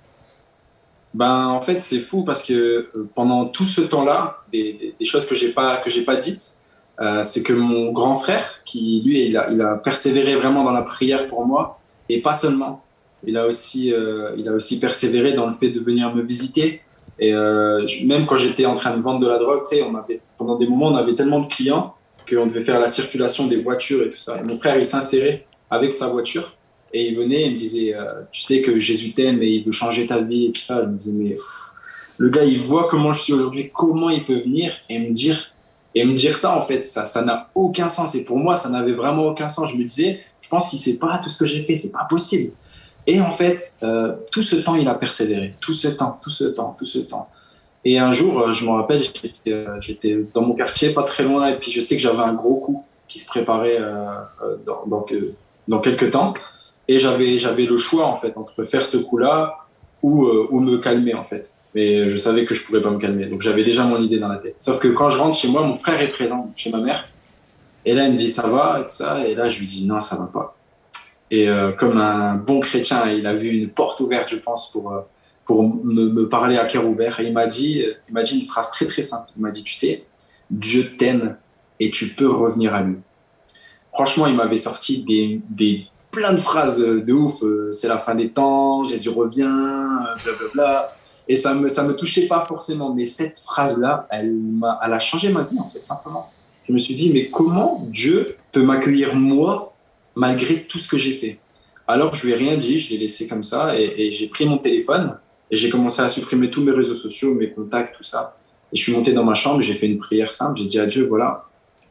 Ben, en fait, c'est fou parce que euh, pendant tout ce temps-là, des, des, des choses que j'ai pas que j'ai pas dites, euh, c'est que mon grand frère, qui lui, il a, il a persévéré vraiment dans la prière pour moi, et pas seulement. Il a aussi, euh, il a aussi persévéré dans le fait de venir me visiter. Et euh, je, même quand j'étais en train de vendre de la drogue, tu sais, on avait, pendant des moments, on avait tellement de clients qu'on devait faire la circulation des voitures et tout ça. Et mon frère, il s'insérait avec sa voiture et il venait et il me disait, euh, tu sais que Jésus t'aime et il veut changer ta vie et tout ça. Je me disais, mais pff, le gars, il voit comment je suis aujourd'hui, comment il peut venir et me dire, et me dire ça, en fait, ça, ça n'a aucun sens. Et pour moi, ça n'avait vraiment aucun sens. Je me disais, je pense qu'il sait pas tout ce que j'ai fait, c'est pas possible. Et en fait, euh, tout ce temps, il a persévéré. Tout ce temps, tout ce temps, tout ce temps. Et un jour, euh, je me rappelle, j'étais, euh, j'étais dans mon quartier, pas très loin, et puis je sais que j'avais un gros coup qui se préparait euh, dans, dans, que, dans quelques temps. Et j'avais, j'avais le choix, en fait, entre faire ce coup-là ou, euh, ou me calmer, en fait. Mais je savais que je pourrais pas me calmer. Donc j'avais déjà mon idée dans la tête. Sauf que quand je rentre chez moi, mon frère est présent chez ma mère. Et là, il me dit, ça va, et tout ça. Et là, je lui dis, non, ça va pas. Et euh, comme un bon chrétien, il a vu une porte ouverte, je pense, pour, euh, pour me, me parler à cœur ouvert. Et il m'a dit, il m'a dit une phrase très très simple. Il m'a dit, tu sais, Dieu t'aime et tu peux revenir à lui. Franchement, il m'avait sorti des, des plein de phrases de ouf. Euh, c'est la fin des temps, Jésus revient, blablabla. Bla bla. Et ça me ça me touchait pas forcément. Mais cette phrase-là, elle m'a, elle a changé ma vie en fait, simplement. Je me suis dit, mais comment Dieu peut m'accueillir moi malgré tout ce que j'ai fait? Alors, je lui ai rien dit, je l'ai laissé comme ça et, et j'ai pris mon téléphone et j'ai commencé à supprimer tous mes réseaux sociaux, mes contacts, tout ça. Et je suis monté dans ma chambre, j'ai fait une prière simple, j'ai dit à Dieu, voilà,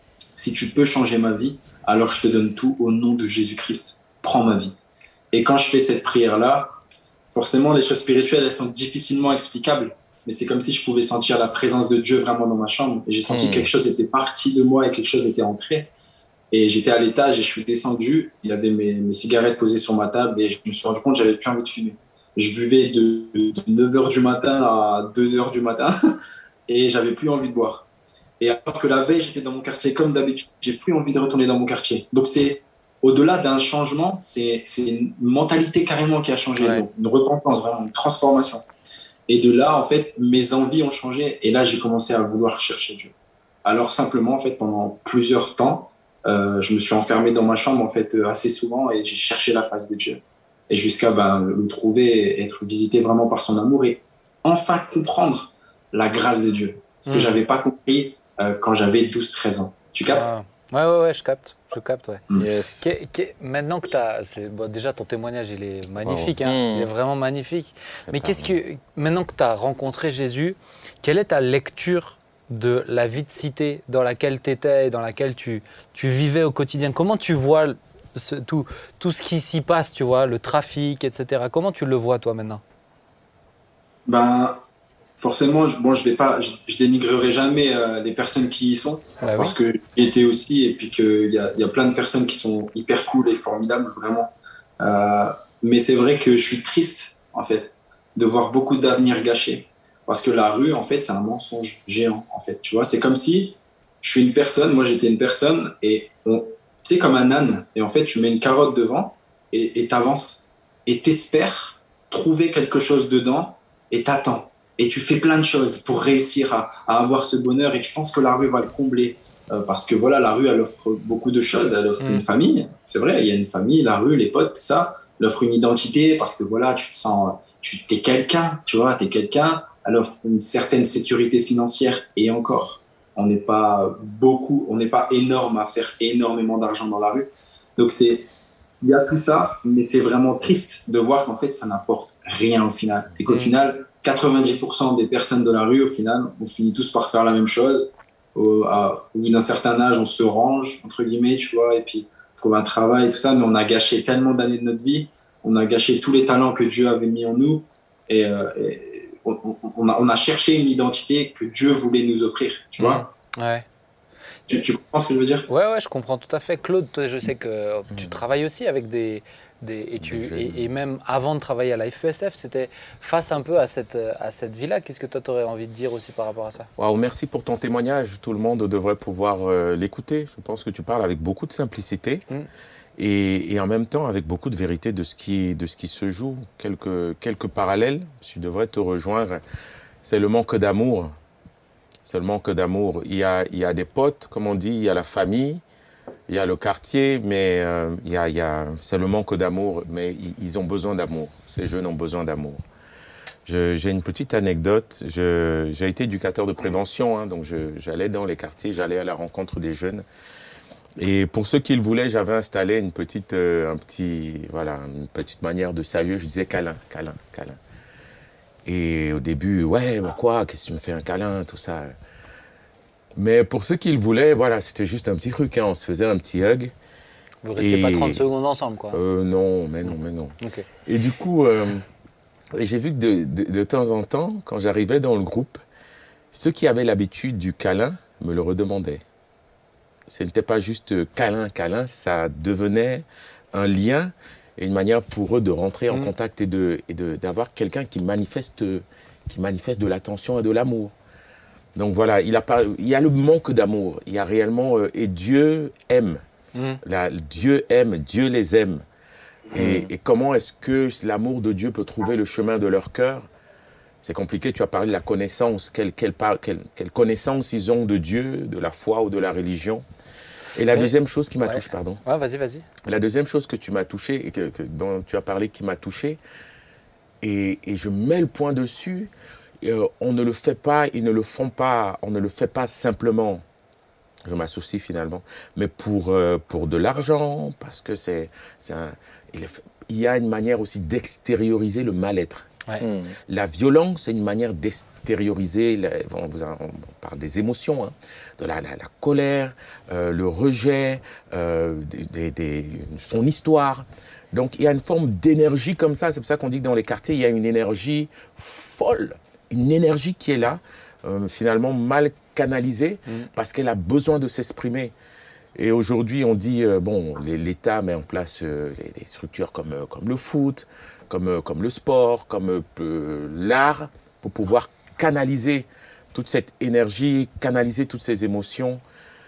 si tu peux changer ma vie, alors je te donne tout au nom de Jésus-Christ. Prends ma vie. Et quand je fais cette prière-là, forcément, les choses spirituelles, elles sont difficilement explicables, mais c'est comme si je pouvais sentir la présence de Dieu vraiment dans ma chambre. Et j'ai senti mmh. que quelque chose était parti de moi et quelque chose était entré. Et j'étais à l'étage et je suis descendu. Il y avait mes, mes cigarettes posées sur ma table et je me suis rendu compte que j'avais plus envie de fumer. Je buvais de, de neuf heures du matin à deux heures du matin et j'avais plus envie de boire. Et alors que la veille, j'étais dans mon quartier comme d'habitude, j'ai plus envie de retourner dans mon quartier. Donc c'est au-delà d'un changement, c'est, c'est une mentalité carrément qui a changé, ouais. Donc, une repentance, vraiment une transformation. Et de là, en fait, mes envies ont changé et là, j'ai commencé à vouloir chercher Dieu. Alors simplement, en fait, pendant plusieurs temps, Euh, je me suis enfermé dans ma chambre en fait assez souvent et j'ai cherché la face de Dieu et jusqu'à ben, le trouver et être visité vraiment par son amour et enfin comprendre la grâce de Dieu, ce que mmh. j'avais pas compris euh, quand j'avais douze treize ans. Tu captes? Ah. Ouais, ouais, ouais, je capte, je capte, ouais. Mmh. Yes. Qu'est, qu'est, maintenant que tu as, bon, déjà ton témoignage il est magnifique, wow. hein, mmh. il est vraiment magnifique. C'est Mais qu'est-ce que, maintenant que tu as rencontré Jésus, quelle est ta lecture de la vie de cité dans laquelle tu étais et dans laquelle tu, tu vivais au quotidien? Comment tu vois ce, tout, tout ce qui s'y passe, tu vois, le trafic, et cetera. Comment tu le vois, toi, maintenant? Ben, forcément, bon, je vais pas, je, je dénigrerai jamais euh, les personnes qui y sont, bah parce oui. que j'y étais aussi, et puis qu'il y a, y a plein de personnes qui sont hyper cool et formidables, vraiment. Euh, mais c'est vrai que je suis triste, en fait, de voir beaucoup d'avenir gâché. Parce que la rue, en fait, c'est un mensonge géant, en fait. Tu vois, c'est comme si je suis une personne, moi j'étais une personne, et on, tu sais, comme un âne, et en fait, tu mets une carotte devant, et t'avances, et t'espères trouver quelque chose dedans, et t'attends. Et tu fais plein de choses pour réussir à, à avoir ce bonheur, et tu penses que la rue va le combler. Euh, parce que voilà, la rue, elle offre beaucoup de choses. Elle offre mmh. une famille, c'est vrai, il y a une famille, la rue, les potes, tout ça. Elle offre une identité, parce que voilà, tu te sens, tu t'es quelqu'un, tu vois, t'es quelqu'un. Elle offre une certaine sécurité financière et encore, on n'est pas beaucoup, on n'est pas énorme à faire énormément d'argent dans la rue. Donc c'est, il y a tout ça, mais c'est vraiment triste de voir qu'en fait, ça n'apporte rien au final. Et qu'au mmh. final, quatre-vingt-dix pour cent des personnes de la rue, au final, on finit tous par faire la même chose. Au, à, au bout d'un certain âge, on se range, entre guillemets, tu vois, et puis on trouve un travail et tout ça, mais on a gâché tellement d'années de notre vie, on a gâché tous les talents que Dieu avait mis en nous, et, euh, et on, on, a, on a cherché une identité que Dieu voulait nous offrir, tu vois. Mmh. Ouais. Tu, tu comprends ce que je veux dire ? Ouais, ouais, je comprends tout à fait. Claude, toi, je sais que tu mmh. travailles aussi avec des... des et, tu, et, et même avant de travailler à la F E S F, c'était face un peu à cette, à cette vie-là. Qu'est-ce que toi, tu aurais envie de dire aussi par rapport à ça ? Wow, merci pour ton témoignage. Tout le monde devrait pouvoir euh, l'écouter. Je pense que tu parles avec beaucoup de simplicité mmh. et, et en même temps avec beaucoup de vérité de ce qui, de ce qui se joue. Quelques, quelques parallèles, je devrais te rejoindre. C'est le manque d'amour. C'est le manque d'amour. Il y a, il y a des potes, comme on dit, il y a la famille, il y a le quartier, mais euh, il y a, il y a, c'est le manque d'amour. Mais ils, ils ont besoin d'amour. Ces jeunes ont besoin d'amour. Je, j'ai une petite anecdote. Je, j'ai été éducateur de prévention, hein, donc je, j'allais dans les quartiers, j'allais à la rencontre des jeunes. Et pour ceux qui le voulaient, j'avais installé une petite, euh, un petit, voilà, une petite manière de saluer. Je disais câlin, câlin, câlin. Et au début, ouais, bah quoi, qu'est-ce que tu me fais un câlin, tout ça. Mais pour ceux qui le voulaient, voilà, c'était juste un petit truc, hein, on se faisait un petit hug. Vous restiez et... pas trente secondes ensemble, quoi. Euh, non, mais non, mais non. Okay. Et du coup, euh, j'ai vu que de, de, de temps en temps, quand j'arrivais dans le groupe, ceux qui avaient l'habitude du câlin me le redemandaient. Ce n'était pas juste câlin, câlin, ça devenait un lien et une manière pour eux de rentrer en mmh. contact et, de, et de, d'avoir quelqu'un qui manifeste, qui manifeste de l'attention et de l'amour. Donc voilà, il, a pas, il y a le manque d'amour. Il y a réellement... Euh, et Dieu aime. Mmh. La, Dieu aime, Dieu les aime. Mmh. Et, et comment est-ce que l'amour de Dieu peut trouver le chemin de leur cœur ? C'est compliqué, tu as parlé de la connaissance. Quelle, quelle, quelle, quelle connaissance ils ont de Dieu, de la foi ou de la religion ? Et la oui. deuxième chose qui m'a ouais. touché, pardon. Ouais, vas-y, vas-y. La deuxième chose que tu m'as touché, et que, que, dont tu as parlé, qui m'a touché, et, et je mets le point dessus, et, euh, on ne le fait pas, ils ne le font pas, on ne le fait pas simplement, je m'associe finalement, mais pour, euh, pour de l'argent, parce que c'est, c'est un, il, est, il y a une manière aussi d'extérioriser le mal-être. Ouais. Mmh. La violence, c'est une manière d'extérioriser, la, on, on parle des émotions, hein, de la, la, la colère, euh, le rejet, euh, des, des, son histoire. Donc il y a une forme d'énergie comme ça, c'est pour ça qu'on dit que dans les quartiers, il y a une énergie folle, une énergie qui est là, euh, finalement mal canalisée, mmh. parce qu'elle a besoin de s'exprimer. Et aujourd'hui, on dit, euh, bon, l'État met en place euh, des structures comme, euh, comme le foot, comme, euh, comme le sport, comme euh, l'art, pour pouvoir canaliser toute cette énergie, canaliser toutes ces émotions.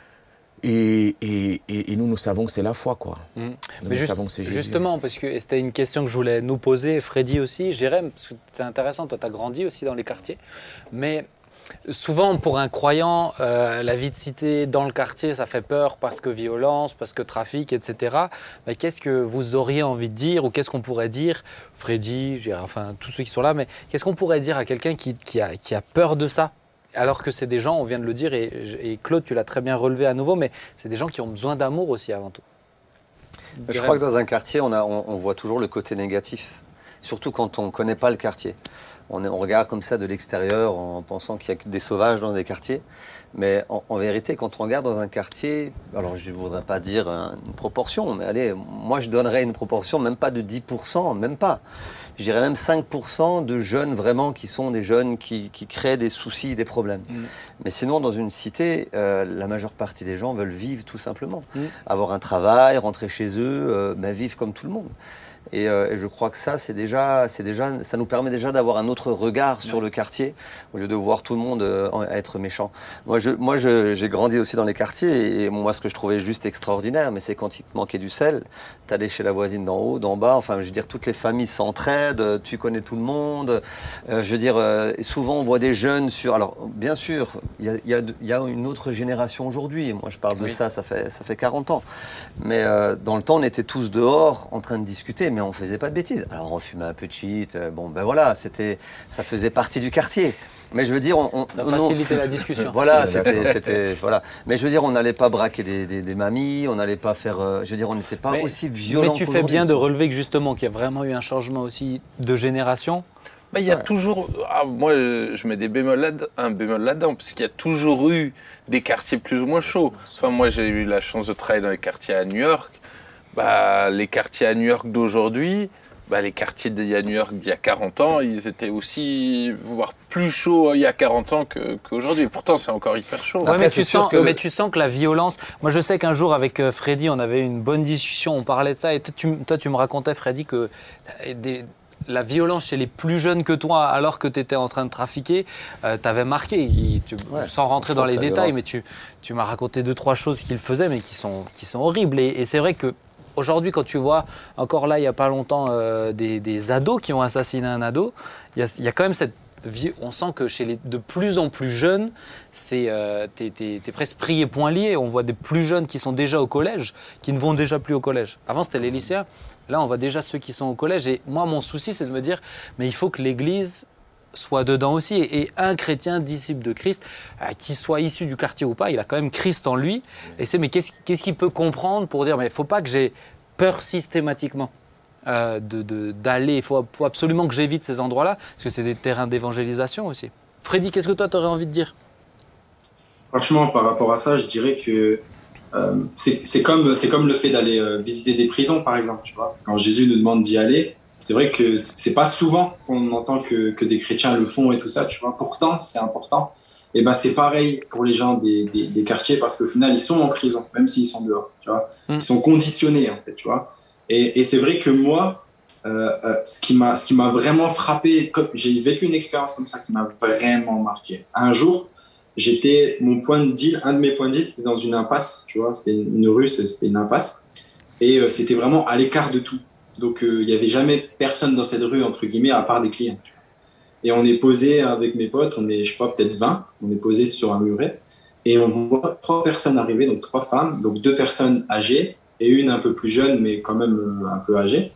Et, et, et, et nous, nous savons que c'est la foi, quoi. Mmh. Nous, Mais nous juste, savons que c'est Jésus. Justement, parce que c'était une question que je voulais nous poser, Freddy aussi, Jérém, parce que c'est intéressant, toi, tu as grandi aussi dans les quartiers. Mais souvent, pour un croyant, euh, la vie de cité dans le quartier, ça fait peur parce que violence, parce que trafic, et cetera. Mais qu'est-ce que vous auriez envie de dire, ou qu'est-ce qu'on pourrait dire, Freddy, Gérard, enfin tous ceux qui sont là, mais qu'est-ce qu'on pourrait dire à quelqu'un qui, qui, a, qui a peur de ça ? Alors que c'est des gens, on vient de le dire, et, et Claude, tu l'as très bien relevé à nouveau, mais c'est des gens qui ont besoin d'amour aussi avant tout. Je Jérém. crois que dans un quartier, on, a, on, on voit toujours le côté négatif, surtout quand on ne connaît pas le quartier. On, on regarde comme ça de l'extérieur en pensant qu'il y a que des sauvages dans des quartiers. Mais en, en vérité, quand on regarde dans un quartier, alors je ne voudrais pas dire une proportion, mais allez, moi je donnerais une proportion, même pas de dix pour cent, même pas. Je dirais même cinq pour cent de jeunes vraiment qui sont des jeunes qui, qui créent des soucis, des problèmes. Mmh. Mais sinon, dans une cité, euh, la majeure partie des gens veulent vivre tout simplement. Mmh. Avoir un travail, rentrer chez eux, euh, ben, vivre comme tout le monde. Et, euh, et je crois que ça, c'est déjà, c'est déjà, ça nous permet déjà d'avoir un autre regard sur ouais. le quartier, au lieu de voir tout le monde euh, être méchant. Moi, je, moi je, j'ai grandi aussi dans les quartiers, et moi, ce que je trouvais juste extraordinaire, mais c'est quand il te manquait du sel, t'allais chez la voisine d'en haut, d'en bas, enfin, je veux dire, toutes les familles s'entraident, tu connais tout le monde. Euh, je veux dire, euh, souvent, on voit des jeunes sur... Alors, bien sûr, il y a, y a, y a une autre génération aujourd'hui. Moi, je parle de oui. ça, ça fait, ça fait quarante ans. Mais euh, dans le temps, on était tous dehors, en train de discuter, mais on faisait pas de bêtises. Alors on fumait un peu de shit, bon ben voilà, c'était, ça faisait partie du quartier. Mais je veux dire, on, on, ça on, facilitait la discussion. Voilà, c'était, c'était, voilà. Mais je veux dire, on n'allait pas braquer des, des, des mamies, on n'allait pas faire. Euh, je veux dire, on n'était pas mais, aussi violent. Mais tu fais bien de relever que justement qu'il y a vraiment eu un changement aussi de génération. Bah, il y a ouais. toujours. Ah, moi, je mets des bémols là, un bémol là-dedans, parce qu'il y a toujours eu des quartiers plus ou moins chauds. Enfin, moi, j'ai eu la chance de travailler dans les quartiers à New York. Bah, les quartiers à New York d'aujourd'hui. Bah, les quartiers d'il y a New York d'il y a quarante ans, ils étaient aussi, voire plus chauds il y a quarante ans que, qu'aujourd'hui. Et pourtant, c'est encore hyper chaud. Ouais, Après, mais, c'est tu sûr sens, que... mais tu sens que la violence... Moi, je sais qu'un jour, avec Freddy, on avait une bonne discussion, on parlait de ça. Et toi, tu, toi, tu me racontais, Freddy, que des, la violence chez les plus jeunes que toi, alors que tu étais en train de trafiquer, euh, t'avait marqué. Tu, ouais, sans rentrer dans les détails, violence. mais tu, tu m'as raconté deux, trois choses qu'il faisait, mais qui sont, qui sont horribles. Et, et c'est vrai que aujourd'hui, quand tu vois, encore là, il n'y a pas longtemps, euh, des, des ados qui ont assassiné un ado, il y a, il y a quand même cette... On sent que chez les de plus en plus jeunes, c'est, euh, t'es, t'es, t'es presque pris et point lié. On voit des plus jeunes qui sont déjà au collège, qui ne vont déjà plus au collège. Avant, c'était les lycéens. Là, on voit déjà ceux qui sont au collège. Et moi, mon souci, c'est de me dire, mais il faut que l'Église soit dedans aussi. Et, et un chrétien, disciple de Christ, euh, qui soit issu du quartier ou pas, il a quand même Christ en lui. Et c'est, mais qu'est-ce, qu'est-ce qu'il peut comprendre pour dire, mais il ne faut pas que j'ai peur systématiquement euh, de, de, d'aller. Il faut, faut absolument que j'évite ces endroits-là, parce que c'est des terrains d'évangélisation aussi. Freddy, qu'est-ce que toi, tu aurais envie de dire ? Franchement, par rapport à ça, je dirais que euh, c'est, c'est, comme, c'est comme le fait d'aller euh, visiter des prisons, par exemple. Tu vois. Quand Jésus nous demande d'y aller, c'est vrai que c'est pas souvent qu'on entend que, que des chrétiens le font et tout ça. Tu vois. Pourtant, c'est important. Et ben, c'est pareil pour les gens des, des, des quartiers, parce qu'au final, ils sont en prison, même s'ils sont dehors. Tu vois. Mm. Ils sont conditionnés, en fait. Tu vois. Et, et c'est vrai que moi, euh, euh, ce, qui m'a, ce qui m'a vraiment frappé, comme, j'ai vécu une expérience comme ça qui m'a vraiment marqué. Un jour, j'étais, mon point de deal, un de mes points de deal, c'était dans une impasse, tu vois, c'était une rue, c'était une impasse. Et euh, c'était vraiment à l'écart de tout. Donc, il euh, n'y avait jamais personne dans cette rue, entre guillemets, à part des clients. Et on est posé avec mes potes, on est, je sais pas, peut-être vingt, on est posé sur un muret. Et on voit trois personnes arriver, donc trois femmes, donc deux personnes âgées et une un peu plus jeune, mais quand même euh, un peu âgée.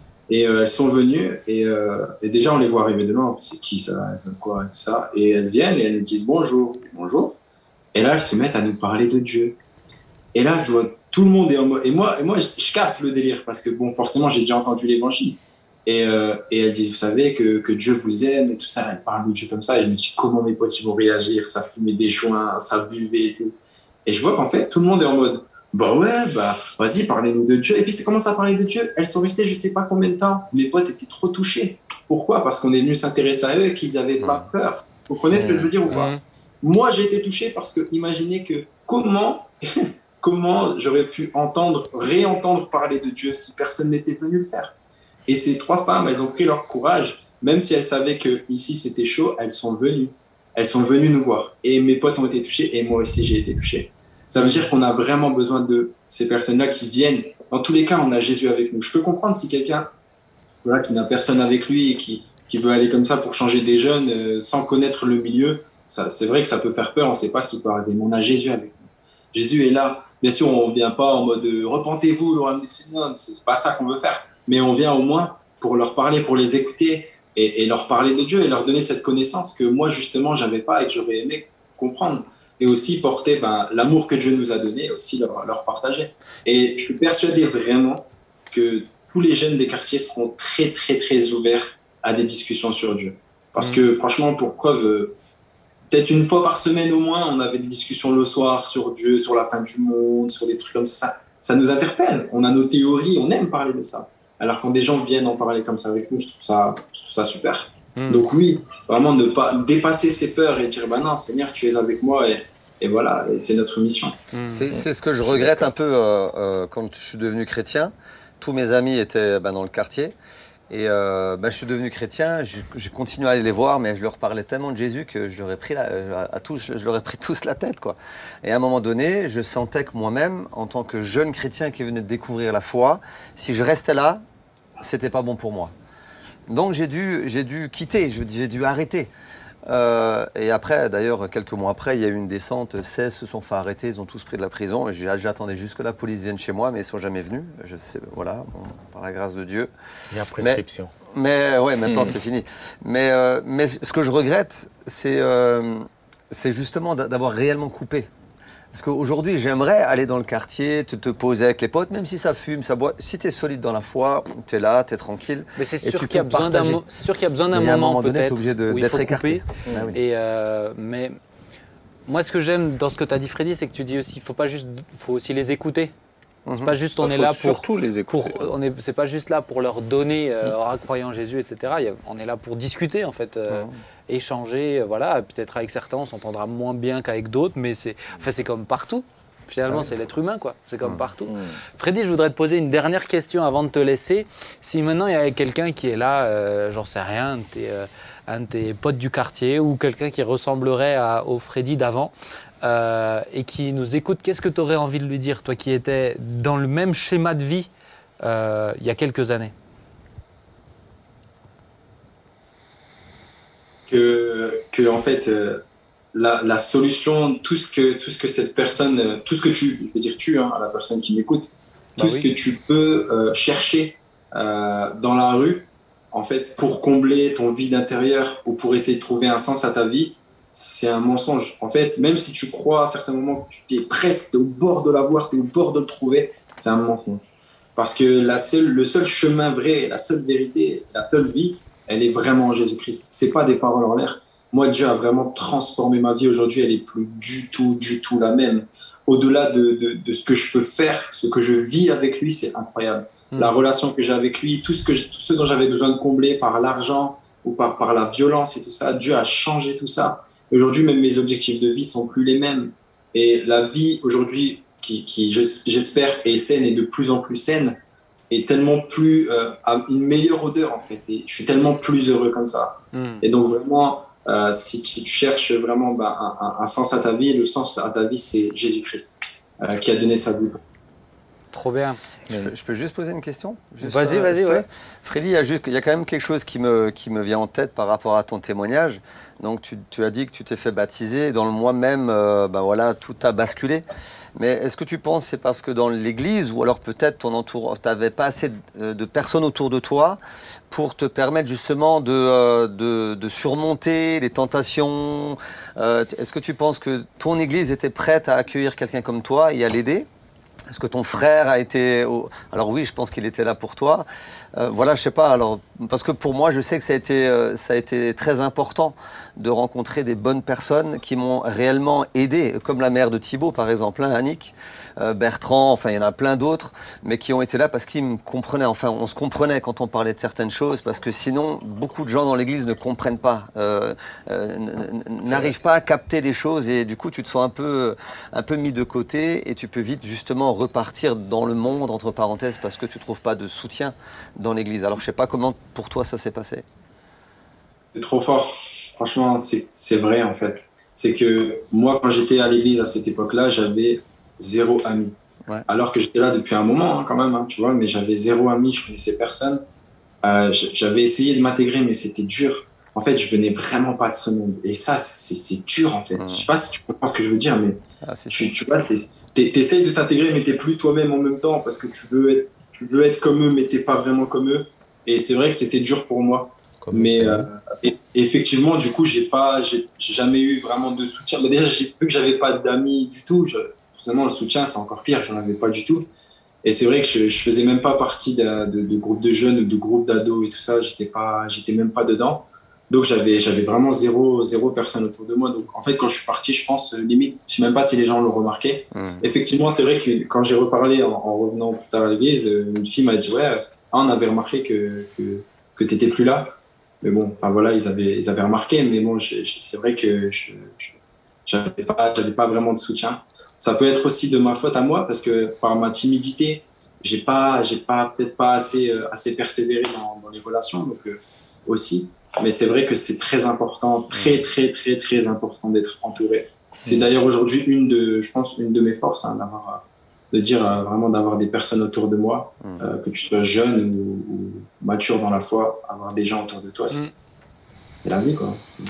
Et euh, elles sont venues, et, euh, et déjà on les voit arriver de loin, on fait c'est qui ça, quoi, et tout ça. Et elles viennent et elles nous disent bonjour, bonjour. Et là elles se mettent à nous parler de Dieu. Et là je vois tout le monde est en mode. Et moi, et moi je, je capte le délire, parce que bon, forcément j'ai déjà entendu l'évangile. Et, euh, et elles disent, vous savez que, que Dieu vous aime et tout ça. Elles parlent de Dieu comme ça. Et je me dis, comment mes potes ils vont réagir? Ça fumait des joints, ça buvait et tout. Et je vois qu'en fait, tout le monde est en mode, bah ouais, bah vas-y, parlez-nous de Dieu. Et puis c'est commencé à parler de Dieu. Elles sont restées je sais pas combien de temps. Mes potes étaient trop touchés. Pourquoi? Parce qu'on est venu s'intéresser à eux et qu'ils n'avaient pas peur. Vous comprenez ce que je veux dire ou pas? Moi, j'ai été touché parce que imaginez que comment, comment j'aurais pu entendre, réentendre parler de Dieu si personne n'était venu le faire. Et ces trois femmes, elles ont pris leur courage, même si elles savaient que ici c'était chaud, elles sont venues. Elles sont venues nous voir. Et mes potes ont été touchés et moi aussi j'ai été touché. Ça veut dire qu'on a vraiment besoin de ces personnes-là qui viennent. Dans tous les cas, on a Jésus avec nous. Je peux comprendre si quelqu'un voilà, qui n'a personne avec lui et qui, qui veut aller comme ça pour changer des jeunes euh, sans connaître le milieu, ça, c'est vrai que ça peut faire peur, on ne sait pas ce qui peut arriver. Mais on a Jésus avec nous. Jésus est là. Bien sûr, on ne vient pas en mode euh, « repentez-vous, Laurent Messina », c'est pas ça qu'on veut faire. Mais on vient au moins pour leur parler, pour les écouter et, et leur parler de Dieu et leur donner cette connaissance que moi, justement, je n'avais pas et que j'aurais aimé comprendre. Et aussi porter ben, l'amour que Dieu nous a donné, aussi leur, leur partager. Et je suis persuadé vraiment que tous les jeunes des quartiers seront très, très, très ouverts à des discussions sur Dieu. Parce mmh. que franchement, pour preuve, euh, peut-être une fois par semaine au moins, on avait des discussions le soir sur Dieu, sur la fin du monde, sur des trucs comme ça. Ça nous interpelle. On a nos théories, on aime parler de ça. Alors quand des gens viennent en parler comme ça avec nous, je trouve ça, je trouve ça super. Mmh. Donc oui, vraiment ne pas dépasser ses peurs et dire bah non Seigneur tu es avec moi et, et voilà, et c'est notre mission. Mmh. C'est, c'est ce que je regrette un peu euh, euh, quand je suis devenu chrétien. Tous mes amis étaient bah, dans le quartier et euh, bah, je suis devenu chrétien. Je, j'ai continué à aller les voir, mais je leur parlais tellement de Jésus que je leur ai pris la, à tous, je, je leur ai pris tous la tête quoi. Et à un moment donné, je sentais que moi-même, en tant que jeune chrétien qui venait de découvrir la foi, si je restais là, c'était pas bon pour moi. Donc j'ai dû, j'ai dû quitter, j'ai dû arrêter. Euh, et après, d'ailleurs, quelques mois après, il y a eu une descente. seize se sont fait arrêter, ils ont tous pris de la prison. Et j'attendais juste que la police vienne chez moi, mais ils ne sont jamais venus. Je sais, voilà, bon, par la grâce de Dieu. Il y a prescription. Mais, mais ouais, maintenant mmh. c'est fini. Mais, euh, mais ce que je regrette, c'est euh, c'est justement d'avoir réellement coupé. Parce qu'aujourd'hui, j'aimerais aller dans le quartier, te, te poser avec les potes, même si ça fume, ça boit. Si tu es solide dans la foi, tu es là, tu es tranquille. Mais c'est sûr qu'il y a besoin d'un mo moment, moment peut-être, obligé d'être écarté. Ah, oui. Et euh, mais moi, ce que j'aime dans ce que tu as dit, Freddy, c'est que tu dis aussi qu'il faut pas juste, faut aussi les écouter. Mm-hmm. C'est pas juste on bah, est là pour surtout les écouter. Pour, on est, c'est pas juste là pour leur donner, euh, leur croyant en Jésus, et cetera. Il y a, on est là pour discuter en fait. Euh, mm-hmm. Échanger, voilà, peut-être avec certains on s'entendra moins bien qu'avec d'autres, mais c'est, enfin, c'est comme partout. Finalement, ouais. c'est l'être humain, quoi. C'est comme mmh. partout. Mmh. Freddy, je voudrais te poser une dernière question avant de te laisser. Si maintenant il y avait quelqu'un qui est là, euh, j'en sais rien, un de, tes, euh, un de tes potes du quartier ou quelqu'un qui ressemblerait à, au Freddy d'avant euh, et qui nous écoute, qu'est-ce que tu aurais envie de lui dire, toi qui étais dans le même schéma de vie euh, il y a quelques années? Que, que en fait, euh, la, la solution, tout ce que tout ce que cette personne, tout ce que tu, je veux dire tu, hein, à la personne qui m'écoute, tout bah oui. ce que tu peux euh, chercher euh, dans la rue, en fait, pour combler ton vide intérieur ou pour essayer de trouver un sens à ta vie, c'est un mensonge. En fait, même si tu crois à certains moments que tu es presque au bord de l'avoir, tu es au bord de le trouver, c'est un mensonge. Parce que la seule, le seul chemin vrai, la seule vérité, la seule vie, elle est vraiment en Jésus-Christ. C'est pas des paroles en l'air. Moi, Dieu a vraiment transformé ma vie. Aujourd'hui, elle est plus du tout, du tout la même. Au-delà de, de, de ce que je peux faire, ce que je vis avec lui, c'est incroyable. Mmh. La relation que j'ai avec lui, tout ce, que je, tout ce dont j'avais besoin de combler par l'argent ou par, par la violence et tout ça, Dieu a changé tout ça. Aujourd'hui, même mes objectifs de vie sont plus les mêmes. Et la vie, aujourd'hui, qui, qui j'espère, est saine et de plus en plus saine, est tellement plus, euh, à une meilleure odeur en fait, et je suis tellement plus heureux comme ça. Mm. Et donc vraiment, euh, si, si tu cherches vraiment bah, un, un, un sens à ta vie, le sens à ta vie c'est Jésus-Christ euh, qui a donné sa vie. Trop bien. Je peux, je peux juste poser une question? Vas-y, vas-y, ouais. Freddy, il y, a juste, il y a quand même quelque chose qui me, qui me vient en tête par rapport à ton témoignage. Donc tu, tu as dit que tu t'es fait baptiser, et dans le mois même, euh, bah, voilà, tout a basculé. Mais est-ce que tu penses que c'est parce que dans l'église, ou alors peut-être ton entourage, tu n'avais pas assez de, de personnes autour de toi pour te permettre justement de, de, de surmonter les tentations? euh, Est-ce que tu penses que ton église était prête à accueillir quelqu'un comme toi et à l'aider? Est-ce que ton frère a été... Au... Alors oui, je pense qu'il était là pour toi. Euh, voilà, je sais pas. Alors, parce que pour moi, je sais que ça a été, euh, ça a été très important de rencontrer des bonnes personnes qui m'ont réellement aidé, comme la mère de Thibaut, par exemple, hein, Annick, euh, Bertrand, enfin, il y en a plein d'autres, mais qui ont été là parce qu'ils me comprenaient. Enfin, on se comprenait quand on parlait de certaines choses, parce que sinon, beaucoup de gens dans l'église ne comprennent pas, euh, euh, n'arrivent pas à capter les choses, et du coup, tu te sens un peu, un peu mis de côté, et tu peux vite, justement, repartir dans le monde, entre parenthèses, parce que tu ne trouves pas de soutien dans l'église. Alors, je ne sais pas comment, pour toi, ça s'est passé. C'est trop fort. Franchement, c'est vrai, en fait. C'est que moi, quand j'étais à l'église à cette époque-là, j'avais zéro ami. Ouais. Alors que j'étais là depuis un moment, hein, quand même, hein, tu vois, mais j'avais zéro ami, je connaissais personne. Euh, j'avais essayé de m'intégrer, mais c'était dur. En fait, je venais vraiment pas de ce monde. Et ça, c'est dur, en fait. Mmh. Je sais pas si tu comprends ce que je veux dire, mais ah, tu, tu vois, t'essayes de t'intégrer, mais t'es plus toi-même en même temps, parce que tu veux être, tu veux être comme eux, mais t'es pas vraiment comme eux. Et c'est vrai que c'était dur pour moi. Comme mais euh, et, effectivement, du coup, j'ai pas, j'ai jamais eu vraiment de soutien. Mais déjà, j'ai vu que j'avais pas d'amis du tout. Je, forcément, le soutien, c'est encore pire. J'en avais pas du tout. Et c'est vrai que je, je faisais même pas partie de, de, de groupes de jeunes ou de groupes d'ados et tout ça. J'étais pas, j'étais même pas dedans. Donc j'avais, j'avais vraiment zéro, zéro personne autour de moi. Donc en fait, quand je suis parti, je pense limite, je sais même pas si les gens l'ont remarqué. Mmh. Effectivement, c'est vrai que quand j'ai reparlé en, en revenant plus tard à l'église, une fille m'a dit ouais, on avait remarqué que que, que t'étais plus là. Mais bon, enfin voilà, ils avaient, ils avaient remarqué. Mais bon, c'est vrai que je, je, j'avais pas, j'avais pas vraiment de soutien. Ça peut être aussi de ma faute à moi parce que par ma timidité, j'ai pas, j'ai pas peut-être pas assez, assez persévéré dans, dans les relations. Donc euh, aussi. Mais c'est vrai que c'est très important, très, très, très, très important d'être entouré. C'est d'ailleurs aujourd'hui une de, je pense, une de mes forces, hein, d'avoir, de dire euh, vraiment d'avoir des personnes autour de moi, euh, que tu sois jeune ou, ou mature dans la foi, avoir des gens autour de toi, c'est mmh. la vie, quoi.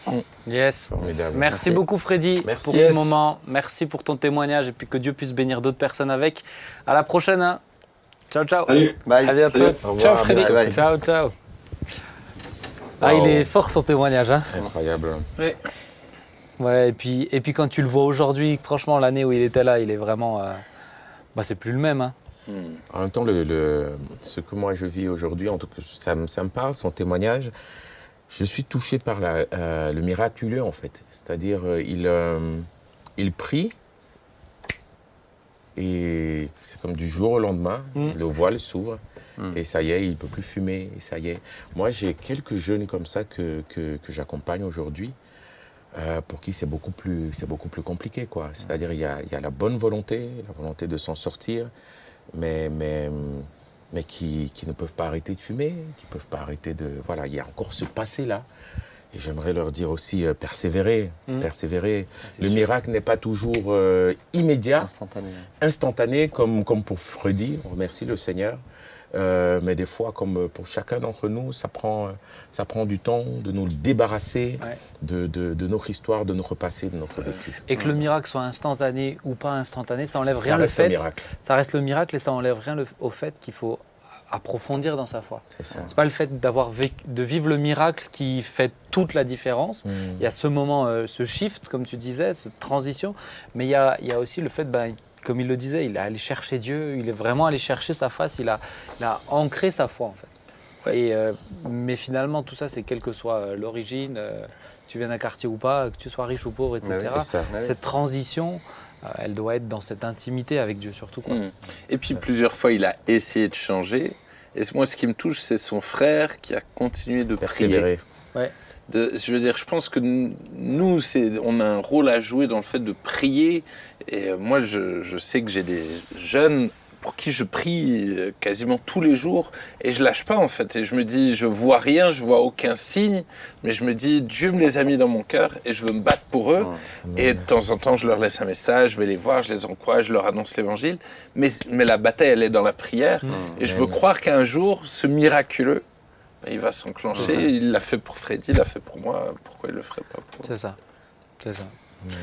Yes. Formidable. Merci, Merci. beaucoup Freddy Merci. pour Yes. ce moment. Merci pour ton témoignage et puis que Dieu puisse bénir d'autres personnes avec. À la prochaine. Hein. Ciao, ciao. Salut. Bye. À bientôt. Salut. Au revoir, Ciao, Freddy. à bientôt. Bye. Ciao, ciao. Ah, Wow. il est fort son témoignage. Hein. Incroyable. Oui. Ouais, et puis, et puis quand tu le vois aujourd'hui, franchement, l'année où il était là, il est vraiment. Euh, bah, c'est plus le même. Hein. En même temps, le, le- ce que moi je vis aujourd'hui, en tout cas, ça, me- ça me parle, son témoignage. Je suis touché par la- euh, le miraculeux, en fait. C'est-à-dire, euh, il, euh, il prie et c'est comme du jour au lendemain, Mm. le voile s'ouvre Mm. et ça y est, il ne peut plus fumer, et ça y est. Moi, j'ai quelques jeunes comme ça que, que, que j'accompagne aujourd'hui. Euh, pour qui c'est beaucoup plus, c'est beaucoup plus compliqué, quoi. C'est-à-dire il y a, il y a la bonne volonté, la volonté de s'en sortir, mais, mais, mais qui, qui ne peuvent pas arrêter de fumer, qui ne peuvent pas arrêter de... Voilà, il y a encore ce passé-là. Et j'aimerais leur dire aussi, euh, persévérer, Mm. persévérer. C'est Le sûr. miracle n'est pas toujours euh, immédiat, Instantané. instantané, comme, comme pour Freddy, on remercie le Seigneur. Euh, mais des fois, comme pour chacun d'entre nous, ça prend, ça prend du temps de nous débarrasser Ouais. de, de, de notre histoire, de notre passé, de notre vécu. Et que le miracle soit instantané ou pas instantané, ça enlève Ça rien le reste un fait. miracle, Ça reste le miracle et ça enlève rien le- au fait qu'il faut approfondir dans sa foi. c'est ça. C'est pas le fait d'avoir vécu- de vivre le miracle qui fait toute la différence. Mm. Il y a ce moment, euh, ce shift, comme tu disais, cette transition, mais il y a, il y a aussi le fait, ben, comme il le disait, il est allé chercher Dieu, il est vraiment allé chercher sa face, il a, il a ancré sa foi en fait. Ouais. Et, euh, mais finalement, tout ça, c'est quelle que soit euh, l'origine, euh, tu viens d'un quartier ou pas, que tu sois riche ou pauvre, et cetera. Ouais, C'est ça. Ouais. Cette transition, euh, elle doit être dans cette intimité avec Dieu surtout. Quoi. Mm. Et puis plusieurs fois, il a essayé de changer. Et moi, ce qui me touche, c'est son frère qui a continué de prier. Persévérer. De- je veux dire, je pense que n- nous, c'est, on a un rôle à jouer dans le fait de prier. Et euh, moi, je, je sais que j'ai des jeunes pour qui je prie euh, quasiment tous les jours et je lâche pas en fait. Et je me dis, je vois rien, je vois aucun signe, mais je me dis, Dieu me les a mis dans mon cœur et je veux me battre pour eux. Et de temps en temps, je leur laisse un message, je vais les voir, je les encourage, je leur annonce l'évangile. Mais, mais la bataille, elle est dans la prière. Et je veux croire qu'un jour, ce miraculeux, il va s'enclencher. Il l'a fait pour Freddy, il l'a fait pour moi. Pourquoi il le ferait pas pour C'est ça. C'est ça.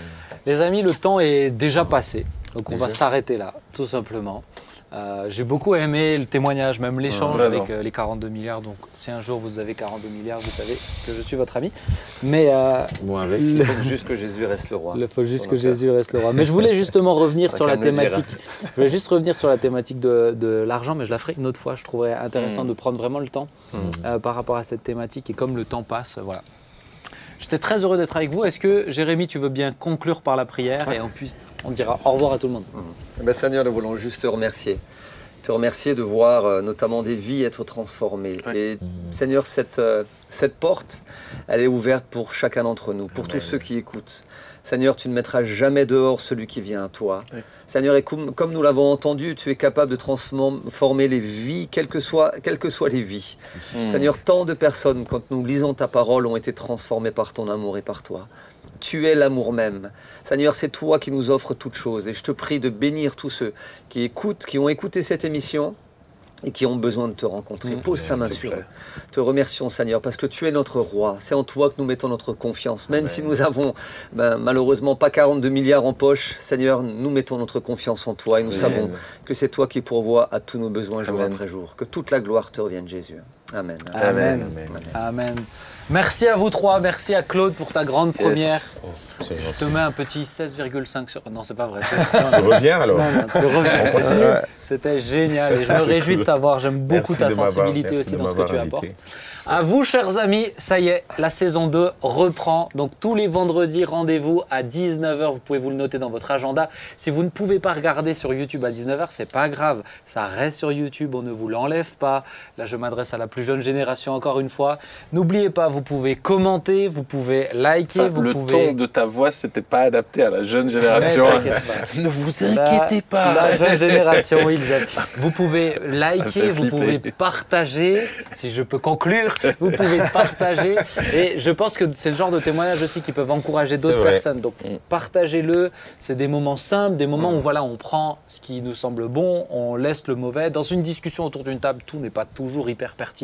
Les amis, le temps est déjà passé. Donc on va Déjà s'arrêter là, tout simplement. Euh, J'ai beaucoup aimé le témoignage, même l'échange Vraiment. avec euh, les quarante-deux milliards. Donc si un jour vous avez quarante-deux milliards, vous savez que je suis votre ami. Mais euh, Moi avec. Il faut juste que Jésus reste le roi. il faut juste sur que nos cœurs. Jésus reste le roi. Mais je voulais justement revenir T'as sur qu'à la me le dire. thématique. Je voulais juste revenir sur la thématique de, de l'argent, mais je la ferai une autre fois. Je trouverais intéressant Mm. de prendre vraiment le temps euh, par rapport à cette thématique. Et comme le temps passe, euh, voilà. J'étais très heureux d'être avec vous. Est-ce que, Jérémy, tu veux bien conclure par la prière et on, puisse, on dira au revoir à tout le monde. Eh ben, Seigneur, nous voulons juste te remercier. Te remercier de voir euh, notamment des vies être transformées. Ouais. Et Seigneur, cette, euh, cette porte, elle est ouverte pour chacun d'entre nous, pour Amen. tous ceux qui écoutent. Seigneur, tu ne mettras jamais dehors celui qui vient à toi. Oui. Seigneur, et comme, comme nous l'avons entendu, tu es capable de transformer les vies, quelles que soient, quelles que soient les vies. Mm. Seigneur, tant de personnes, quand nous lisons ta parole, ont été transformées par ton amour et par toi. Tu es l'amour même. Seigneur, c'est toi qui nous offres toutes choses. Et je te prie de bénir tous ceux qui écoutent, qui ont écouté cette émission et qui ont besoin de te rencontrer. Mmh, Pose ta main s'il te sur plaît. eux. Te remercions, Seigneur, parce que tu es notre roi. C'est en toi que nous mettons notre confiance. Même Amen. si nous avons ben, malheureusement pas quarante-deux milliards en poche, Seigneur, nous mettons notre confiance en toi et nous Amen. savons que c'est toi qui pourvois à tous nos besoins jour Amen. après jour. Que toute la gloire te revienne, Jésus. Amen. Amen. Amen. Amen. Merci à vous trois. Merci à Claude pour ta grande Yes. première. Oh, c'est Je gentil. te mets un petit seize virgule cinq sur... Non, c'est pas vrai. Tu reviens alors. Non, non, tu reviens. On continue. C'était génial et je me C'est réjouis cool. de t'avoir. J'aime beaucoup Merci ta de m'avoir- sensibilité merci aussi de dans ce que m'avoir tu invité. apportes. À vous, chers amis, ça y est, la saison deux reprend. Donc tous les vendredis, rendez-vous à dix-neuf heures. Vous pouvez vous le noter dans votre agenda. Si vous ne pouvez pas regarder sur YouTube à dix-neuf heures, c'est pas grave. Ça reste sur YouTube, on ne vous l'enlève pas. Là, je m'adresse à la plus jeune génération encore une fois. N'oubliez pas, vous pouvez commenter, vous pouvez liker, Enfin, vous le pouvez... ton de ta voix, c'était pas adapté à la jeune Ouais, génération. t'inquiète pas. Ne vous La- inquiétez pas. La jeune génération, ils aiment. Vous pouvez Ça liker, fait vous flipper. pouvez partager, si je peux conclure, vous pouvez partager. Et je pense que c'est le genre de témoignage aussi qui peuvent encourager C'est d'autres vrai. personnes. Donc partagez-le. C'est des moments simples, des moments où voilà, on prend ce qui nous semble bon, on laisse le mauvais. Dans une discussion autour d'une table, tout n'est pas toujours hyper pertinent.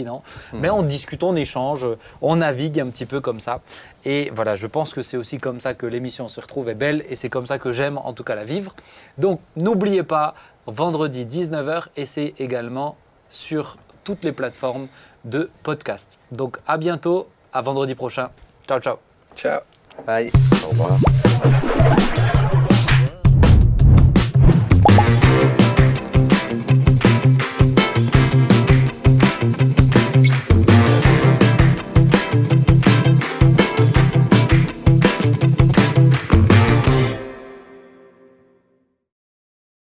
évident. Mmh. Mais on discute, on échange, on navigue un petit peu comme ça. Et voilà, je pense que c'est aussi comme ça que l'émission Se retrouve est belle et c'est comme ça que j'aime en tout cas la vivre. Donc n'oubliez pas, vendredi dix-neuf heures et c'est également sur toutes les plateformes de podcast. Donc à bientôt, à vendredi prochain. Ciao, ciao. Ciao. Bye. Au revoir.